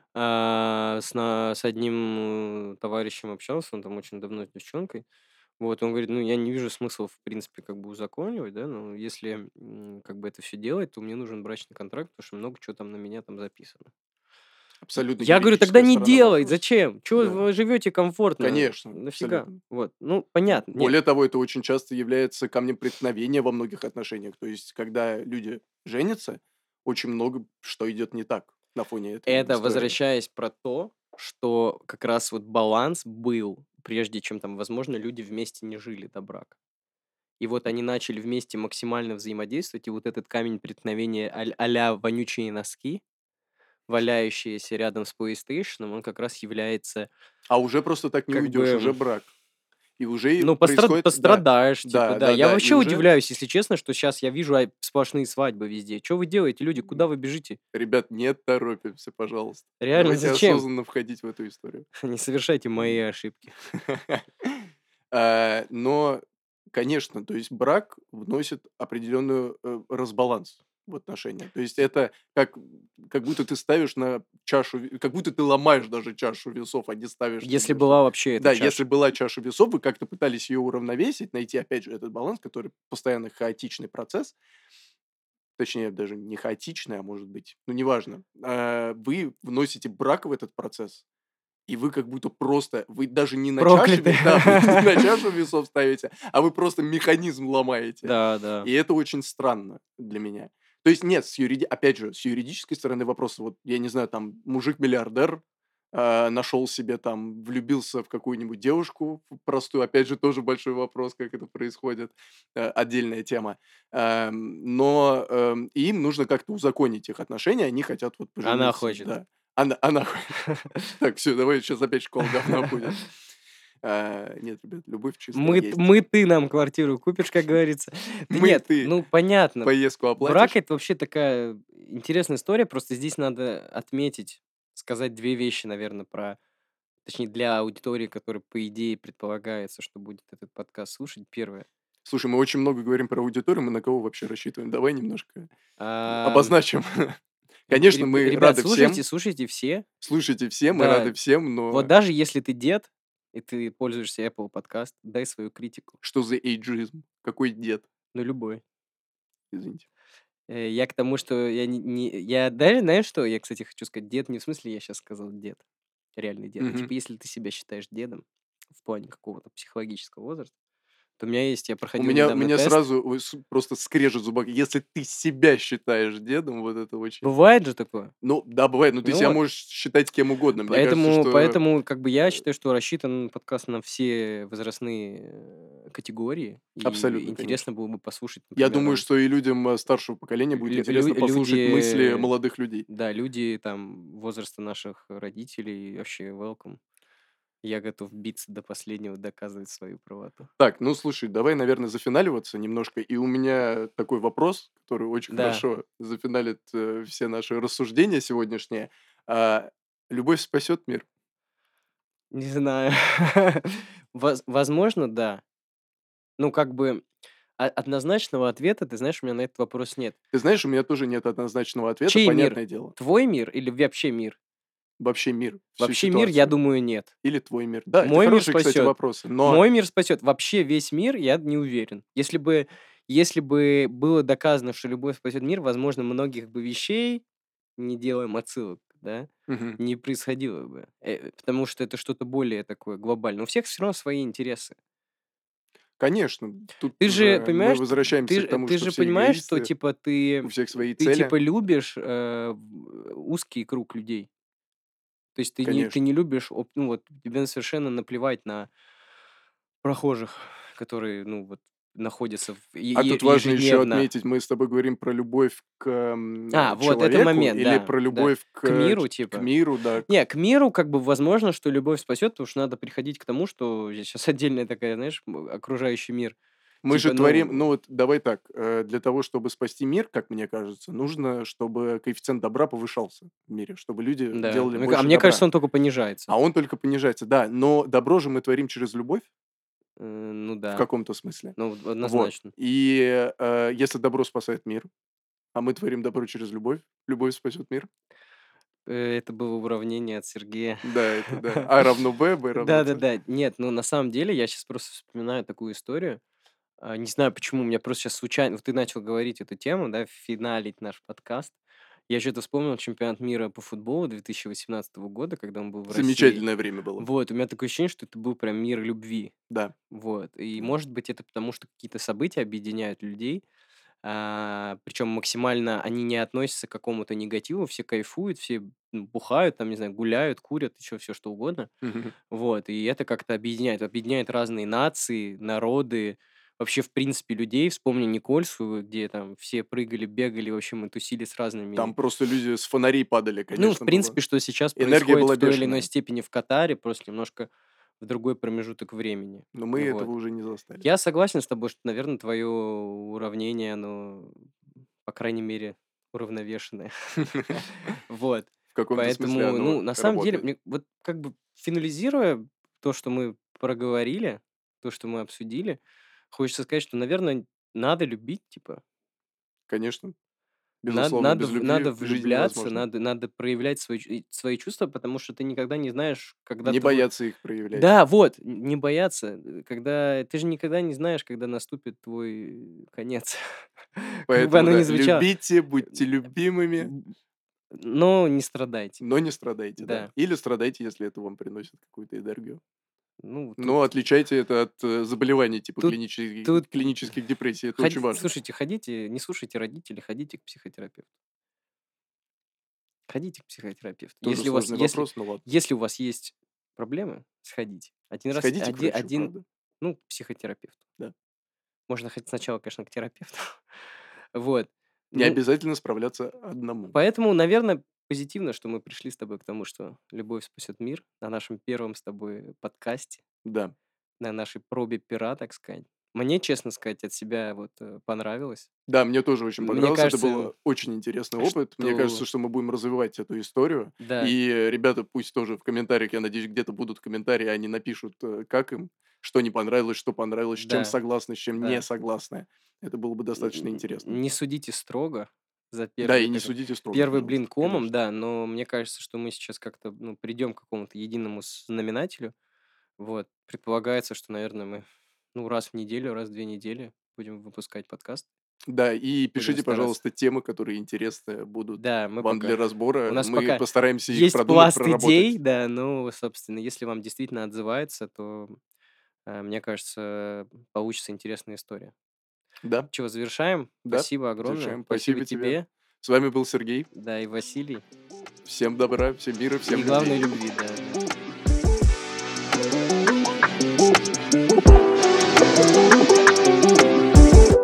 [SPEAKER 2] с одним, товарищем общался, он там очень давно с девчонкой. Вот, он говорит: "Ну, я не вижу смысла, в принципе, как бы узаконивать, да, но если, как бы это все делать, то мне нужен брачный контракт, потому что много чего там на меня там записано".
[SPEAKER 1] абсолютно
[SPEAKER 2] Я говорю: "Тогда
[SPEAKER 1] юридическая
[SPEAKER 2] не
[SPEAKER 1] сторона
[SPEAKER 2] делай,
[SPEAKER 1] вопроса.
[SPEAKER 2] зачем? Чё
[SPEAKER 1] Да,
[SPEAKER 2] вы живете комфортно?
[SPEAKER 1] конечно,
[SPEAKER 2] Нафига?"
[SPEAKER 1] абсолютно.
[SPEAKER 2] Вот, ну, понятно, нет.
[SPEAKER 1] Более того, это очень часто является камнем преткновения во многих отношениях. То есть, когда люди женятся, очень много что идет не так на фоне этой
[SPEAKER 2] Это
[SPEAKER 1] истории.
[SPEAKER 2] возвращаясь про то, что как раз вот баланс был, прежде чем там, возможно, люди вместе не жили до брака. И вот они начали вместе максимально взаимодействовать, и вот этот камень преткновения а-ля вонючие носки, валяющиеся рядом с PlayStation, он как раз является
[SPEAKER 1] А уже просто так не
[SPEAKER 2] как
[SPEAKER 1] уйдешь, уже
[SPEAKER 2] бы,
[SPEAKER 1] брак. И уже и
[SPEAKER 2] ну,
[SPEAKER 1] происходит, да,
[SPEAKER 2] пострадаешь, типа,
[SPEAKER 1] да,
[SPEAKER 2] да. Я
[SPEAKER 1] да-да, и
[SPEAKER 2] вообще
[SPEAKER 1] уже,
[SPEAKER 2] удивляюсь, если честно, что сейчас я вижу сплошные свадьбы везде. Что вы делаете, люди? Куда вы бежите?
[SPEAKER 1] ребят, не торопимся, пожалуйста.
[SPEAKER 2] Реально,
[SPEAKER 1] Давайте
[SPEAKER 2] зачем?
[SPEAKER 1] осознанно входить в эту историю.
[SPEAKER 2] Не совершайте мои
[SPEAKER 1] М.
[SPEAKER 2] ошибки.
[SPEAKER 1] Но Конечно, то есть брак вносит определенную разбаланс в отношения. То есть это как будто ты ставишь на чашу, как будто ты ломаешь даже чашу весов, а не ставишь
[SPEAKER 2] Если
[SPEAKER 1] себе, что...
[SPEAKER 2] была вообще эта
[SPEAKER 1] Да, если
[SPEAKER 2] чаша.
[SPEAKER 1] была чаша весов, вы как-то пытались ее уравновесить, найти, опять же, этот баланс, который постоянно хаотичный процесс, точнее, даже не хаотичный, а может быть, ну, неважно. Вы вносите брак в этот процесс, и вы как будто просто, вы даже не на чаше,
[SPEAKER 2] Проклятый.
[SPEAKER 1] да, вы не на чашу весов ставите, а вы просто механизм ломаете.
[SPEAKER 2] Да, да.
[SPEAKER 1] И это очень странно для меня. То есть нет, опять же, с юридической стороны вопроса, вот я не знаю, там мужик-миллиардер нашел себе там, влюбился в какую-нибудь девушку простую, опять же, тоже большой вопрос, как это происходит, отдельная тема. И им нужно как-то узаконить их отношения, они хотят вот
[SPEAKER 2] Она
[SPEAKER 1] пожениться,
[SPEAKER 2] хочет.
[SPEAKER 1] да. Она так, все, давай, сейчас опять школа говна будет. Нет, ребят, любовь чистая есть.
[SPEAKER 2] Ты нам квартиру купишь, как говорится. Да нет,
[SPEAKER 1] Ты
[SPEAKER 2] ну понятно.
[SPEAKER 1] поездку
[SPEAKER 2] Брак —
[SPEAKER 1] оплатишь.
[SPEAKER 2] это вообще такая интересная история. Просто здесь надо отметить, сказать 2 вещи, наверное, точнее, для аудитории, которая, по идее, предполагается, что будет этот подкаст слушать. Первое.
[SPEAKER 1] Слушай, мы очень много говорим про аудиторию, мы на кого вообще рассчитываем? Давай немножко
[SPEAKER 2] Ам,
[SPEAKER 1] обозначим. Конечно, мы
[SPEAKER 2] Ребят,
[SPEAKER 1] рады
[SPEAKER 2] слушайте,
[SPEAKER 1] всем.
[SPEAKER 2] слушайте все.
[SPEAKER 1] Слушайте все, мы
[SPEAKER 2] Да,
[SPEAKER 1] рады всем,
[SPEAKER 2] вот
[SPEAKER 1] но
[SPEAKER 2] даже если ты дед, и ты пользуешься Apple Podcast, дай свою критику.
[SPEAKER 1] что за эйджизм? Какой дед?
[SPEAKER 2] Ну, любой.
[SPEAKER 1] Извините.
[SPEAKER 2] Я к тому, что я даже, знаешь что, я, кстати, хочу сказать, дед не в смысле, я сейчас сказал дед, реальный дед. А
[SPEAKER 1] Мгм.
[SPEAKER 2] типа, если ты себя считаешь дедом в плане какого-то психологического возраста, то у меня есть, я
[SPEAKER 1] У
[SPEAKER 2] проходил
[SPEAKER 1] меня у
[SPEAKER 2] недавно
[SPEAKER 1] меня
[SPEAKER 2] тест.
[SPEAKER 1] сразу просто скрежет в зубах. Если ты себя считаешь дедом, вот это очень...
[SPEAKER 2] Бывает же такое.
[SPEAKER 1] Ну да, бывает, но ты
[SPEAKER 2] Ну
[SPEAKER 1] себя
[SPEAKER 2] вот.
[SPEAKER 1] можешь считать кем угодно. Мне кажется,
[SPEAKER 2] Поэтому,
[SPEAKER 1] что
[SPEAKER 2] поэтому как бы я считаю, что рассчитан подкаст на все возрастные категории, и
[SPEAKER 1] абсолютно, конечно.
[SPEAKER 2] интересно было бы послушать,
[SPEAKER 1] Я
[SPEAKER 2] например,
[SPEAKER 1] думаю, что и людям, старшего поколения будет интересно послушать мысли
[SPEAKER 2] люди,
[SPEAKER 1] молодых людей.
[SPEAKER 2] да, люди там возраста наших родителей, вообще welcome. Я готов биться до последнего, доказывать свою правоту.
[SPEAKER 1] Так, ну слушай, давай, наверное, зафиналиваться немножко. И у меня такой вопрос, который очень
[SPEAKER 2] Да,
[SPEAKER 1] хорошо зафиналит все наши рассуждения сегодняшние. А, любовь спасет мир?
[SPEAKER 2] не знаю. Возможно, да. Ну, как бы однозначного ответа, ты знаешь, у меня на этот вопрос нет.
[SPEAKER 1] Ты знаешь, у меня тоже нет однозначного ответа,
[SPEAKER 2] Чей мир?
[SPEAKER 1] понятное дело.
[SPEAKER 2] Твой мир или вообще мир?
[SPEAKER 1] Вообще мир, всю
[SPEAKER 2] Вообще мир, я
[SPEAKER 1] ситуацию.
[SPEAKER 2] думаю, нет.
[SPEAKER 1] Или твой мир. Да, это
[SPEAKER 2] Мой мир
[SPEAKER 1] хорошие, кстати,
[SPEAKER 2] спасет.
[SPEAKER 1] вопросы. Но
[SPEAKER 2] Мой мир спасет. Вообще весь мир, я не уверен. Если бы было доказано, что любовь спасет мир, возможно, многих бы вещей, не делаем отсылок, да,
[SPEAKER 1] мгм,
[SPEAKER 2] не происходило бы. Потому что это что-то более такое глобальное. У всех все равно свои интересы.
[SPEAKER 1] конечно, тут
[SPEAKER 2] Ты же
[SPEAKER 1] уже мы
[SPEAKER 2] понимаешь,
[SPEAKER 1] возвращаемся к тому,
[SPEAKER 2] ты
[SPEAKER 1] что
[SPEAKER 2] же
[SPEAKER 1] все
[SPEAKER 2] понимаешь, что
[SPEAKER 1] эгоисты,
[SPEAKER 2] типа
[SPEAKER 1] у всех свои
[SPEAKER 2] ты
[SPEAKER 1] цели.
[SPEAKER 2] типа любишь узкий круг людей. То есть ты
[SPEAKER 1] Конечно.
[SPEAKER 2] не любишь, ну вот тебе совершенно наплевать на прохожих, которые, ну вот, находятся
[SPEAKER 1] А тут важно еще
[SPEAKER 2] ежедневно.
[SPEAKER 1] отметить, мы с тобой говорим про любовь к,
[SPEAKER 2] Вот это
[SPEAKER 1] человеку
[SPEAKER 2] момент,
[SPEAKER 1] или
[SPEAKER 2] да,
[SPEAKER 1] про
[SPEAKER 2] да.
[SPEAKER 1] любовь
[SPEAKER 2] К миру,
[SPEAKER 1] к
[SPEAKER 2] типа.
[SPEAKER 1] миру, да.
[SPEAKER 2] Не, к миру, как бы, возможно, что любовь спасет, потому что надо приходить к тому, что сейчас отдельная такая, знаешь, окружающий мир.
[SPEAKER 1] Мы же
[SPEAKER 2] Типа,
[SPEAKER 1] творим, ну
[SPEAKER 2] ну,
[SPEAKER 1] вот давай так, для того, чтобы спасти мир, как мне кажется, нужно, чтобы коэффициент добра повышался в мире, чтобы люди
[SPEAKER 2] да.
[SPEAKER 1] делали
[SPEAKER 2] А
[SPEAKER 1] больше
[SPEAKER 2] мне кажется,
[SPEAKER 1] добра.
[SPEAKER 2] он только понижается.
[SPEAKER 1] А он только понижается, да. Но добро же мы творим через любовь
[SPEAKER 2] Ну
[SPEAKER 1] в
[SPEAKER 2] да,
[SPEAKER 1] каком-то смысле.
[SPEAKER 2] ну
[SPEAKER 1] Вот.
[SPEAKER 2] однозначно.
[SPEAKER 1] И если добро спасает мир, а мы творим добро через любовь, любовь спасет мир.
[SPEAKER 2] Это было уравнение от Сергея.
[SPEAKER 1] Да, это да. А равно Б, Б равно С.
[SPEAKER 2] Да-да-да. Нет, ну, на самом деле, я сейчас просто вспоминаю такую историю. Не знаю почему, у меня просто сейчас случайно вот ты начал говорить эту тему, да, финалить наш подкаст. Я что то вспомнил чемпионат мира по футболу 2018 года, когда он был в России.
[SPEAKER 1] Замечательное время было.
[SPEAKER 2] Вот, у меня такое ощущение, что это был прям мир любви.
[SPEAKER 1] Да,
[SPEAKER 2] Вот. И,
[SPEAKER 1] да.
[SPEAKER 2] может быть, это потому, что какие-то события объединяют людей, причем максимально они не относятся к какому-то негативу, все кайфуют, все, бухают, там, не знаю, гуляют, курят, еще все что угодно.
[SPEAKER 1] Мгм.
[SPEAKER 2] Вот, и это как-то объединяет разные нации, народы, вообще, в принципе, людей. Вспомни Никольскую, где там все прыгали, бегали, в общем, мы тусили с
[SPEAKER 1] Там
[SPEAKER 2] разными.
[SPEAKER 1] просто люди с фонарей падали,
[SPEAKER 2] Ну, в
[SPEAKER 1] конечно, было.
[SPEAKER 2] принципе, что сейчас
[SPEAKER 1] Энергия
[SPEAKER 2] происходит
[SPEAKER 1] была
[SPEAKER 2] в той или иной
[SPEAKER 1] бешеная,
[SPEAKER 2] степени в Катаре, просто немножко в другой промежуток времени.
[SPEAKER 1] но мы этого
[SPEAKER 2] Вот.
[SPEAKER 1] уже не застали.
[SPEAKER 2] Я согласен с тобой, что, наверное, твое уравнение, оно, по крайней мере, уравновешенное. Вот.
[SPEAKER 1] В каком-то смысле
[SPEAKER 2] Поэтому,
[SPEAKER 1] оно
[SPEAKER 2] ну, на самом деле,
[SPEAKER 1] работает.
[SPEAKER 2] мне вот как бы финализируя то, что мы проговорили, то, что мы обсудили, хочется сказать, что, наверное, надо любить, типа.
[SPEAKER 1] Конечно,
[SPEAKER 2] Надо
[SPEAKER 1] безусловно,
[SPEAKER 2] надо
[SPEAKER 1] без
[SPEAKER 2] в надо
[SPEAKER 1] любви жизнь
[SPEAKER 2] влюбляться,
[SPEAKER 1] невозможна.
[SPEAKER 2] надо проявлять свои чувства, потому что ты никогда не знаешь, когда
[SPEAKER 1] Не
[SPEAKER 2] твой
[SPEAKER 1] бояться их проявлять.
[SPEAKER 2] Да, вот, не бояться, когда ты же никогда не знаешь, когда наступит твой конец. Как бы
[SPEAKER 1] Поэтому
[SPEAKER 2] оно ни
[SPEAKER 1] да,
[SPEAKER 2] звучало.
[SPEAKER 1] любите, будьте
[SPEAKER 2] Н
[SPEAKER 1] любимыми,
[SPEAKER 2] н но не страдайте.
[SPEAKER 1] но не страдайте, да.
[SPEAKER 2] Да.
[SPEAKER 1] Или страдайте, если это вам приносит какую-то энергию.
[SPEAKER 2] Ну, тут
[SPEAKER 1] Но отличайте это от, заболеваний типа
[SPEAKER 2] тут тут,
[SPEAKER 1] клинических депрессий. Это очень важно.
[SPEAKER 2] слушайте, ходите, не слушайте родителей, ходите к психотерапевту. Ходите к психотерапевту.
[SPEAKER 1] Тоже сложный вопрос, но ладно.
[SPEAKER 2] Если у вас есть проблемы, сходите. Один раз,
[SPEAKER 1] Сходите к врачу, правда.
[SPEAKER 2] ну, к психотерапевту.
[SPEAKER 1] Да.
[SPEAKER 2] Можно хоть сначала, конечно, к терапевту. Вот.
[SPEAKER 1] Не
[SPEAKER 2] Ну,
[SPEAKER 1] обязательно справляться одному.
[SPEAKER 2] поэтому, наверное, позитивно, что мы пришли с тобой к тому, что любовь спасет мир на нашем первом с тобой подкасте,
[SPEAKER 1] Да.
[SPEAKER 2] на нашей пробе пера, так сказать. Мне, честно сказать, от себя вот понравилось.
[SPEAKER 1] Да, мне тоже очень
[SPEAKER 2] Мне
[SPEAKER 1] понравилось. Это
[SPEAKER 2] кажется,
[SPEAKER 1] был очень интересный опыт. Мне
[SPEAKER 2] что
[SPEAKER 1] кажется, что мы будем развивать эту историю.
[SPEAKER 2] да,
[SPEAKER 1] И ребята пусть тоже в комментариях, я надеюсь, где-то будут комментарии, они напишут, как им, что не понравилось, с чем
[SPEAKER 2] да,
[SPEAKER 1] согласны, с чем не
[SPEAKER 2] да.
[SPEAKER 1] согласны. Это было бы достаточно интересно.
[SPEAKER 2] Не судите строго за
[SPEAKER 1] Да, и
[SPEAKER 2] первый
[SPEAKER 1] не
[SPEAKER 2] такой
[SPEAKER 1] судите строго,
[SPEAKER 2] первый блин
[SPEAKER 1] пожалуйста,
[SPEAKER 2] комом,
[SPEAKER 1] конечно.
[SPEAKER 2] да, но мне кажется, что мы сейчас как-то, ну, придем к какому-то единому знаменателю. Вот. Предполагается, что, наверное, мы, ну, раз в неделю, раз в 2 недели будем выпускать подкаст.
[SPEAKER 1] Да, и
[SPEAKER 2] Будем
[SPEAKER 1] пишите,
[SPEAKER 2] стараться.
[SPEAKER 1] пожалуйста, темы, которые интересны будут
[SPEAKER 2] Да, мы
[SPEAKER 1] вам для
[SPEAKER 2] пока у
[SPEAKER 1] разбора.
[SPEAKER 2] нас
[SPEAKER 1] Мы
[SPEAKER 2] пока
[SPEAKER 1] постараемся их
[SPEAKER 2] есть
[SPEAKER 1] продумать,
[SPEAKER 2] пласт идей,
[SPEAKER 1] проработать.
[SPEAKER 2] да, но, собственно, если вам действительно отзывается, то, мне кажется, получится интересная история.
[SPEAKER 1] Да,
[SPEAKER 2] Чего, завершаем?
[SPEAKER 1] да,
[SPEAKER 2] Спасибо огромное.
[SPEAKER 1] завершаем.
[SPEAKER 2] Спасибо
[SPEAKER 1] Спасибо тебе.
[SPEAKER 2] тебе,
[SPEAKER 1] С вами был Сергей.
[SPEAKER 2] да, и Василий.
[SPEAKER 1] Всем добра, всем мира,
[SPEAKER 2] И
[SPEAKER 1] всем любви.
[SPEAKER 2] главной любви, да, да.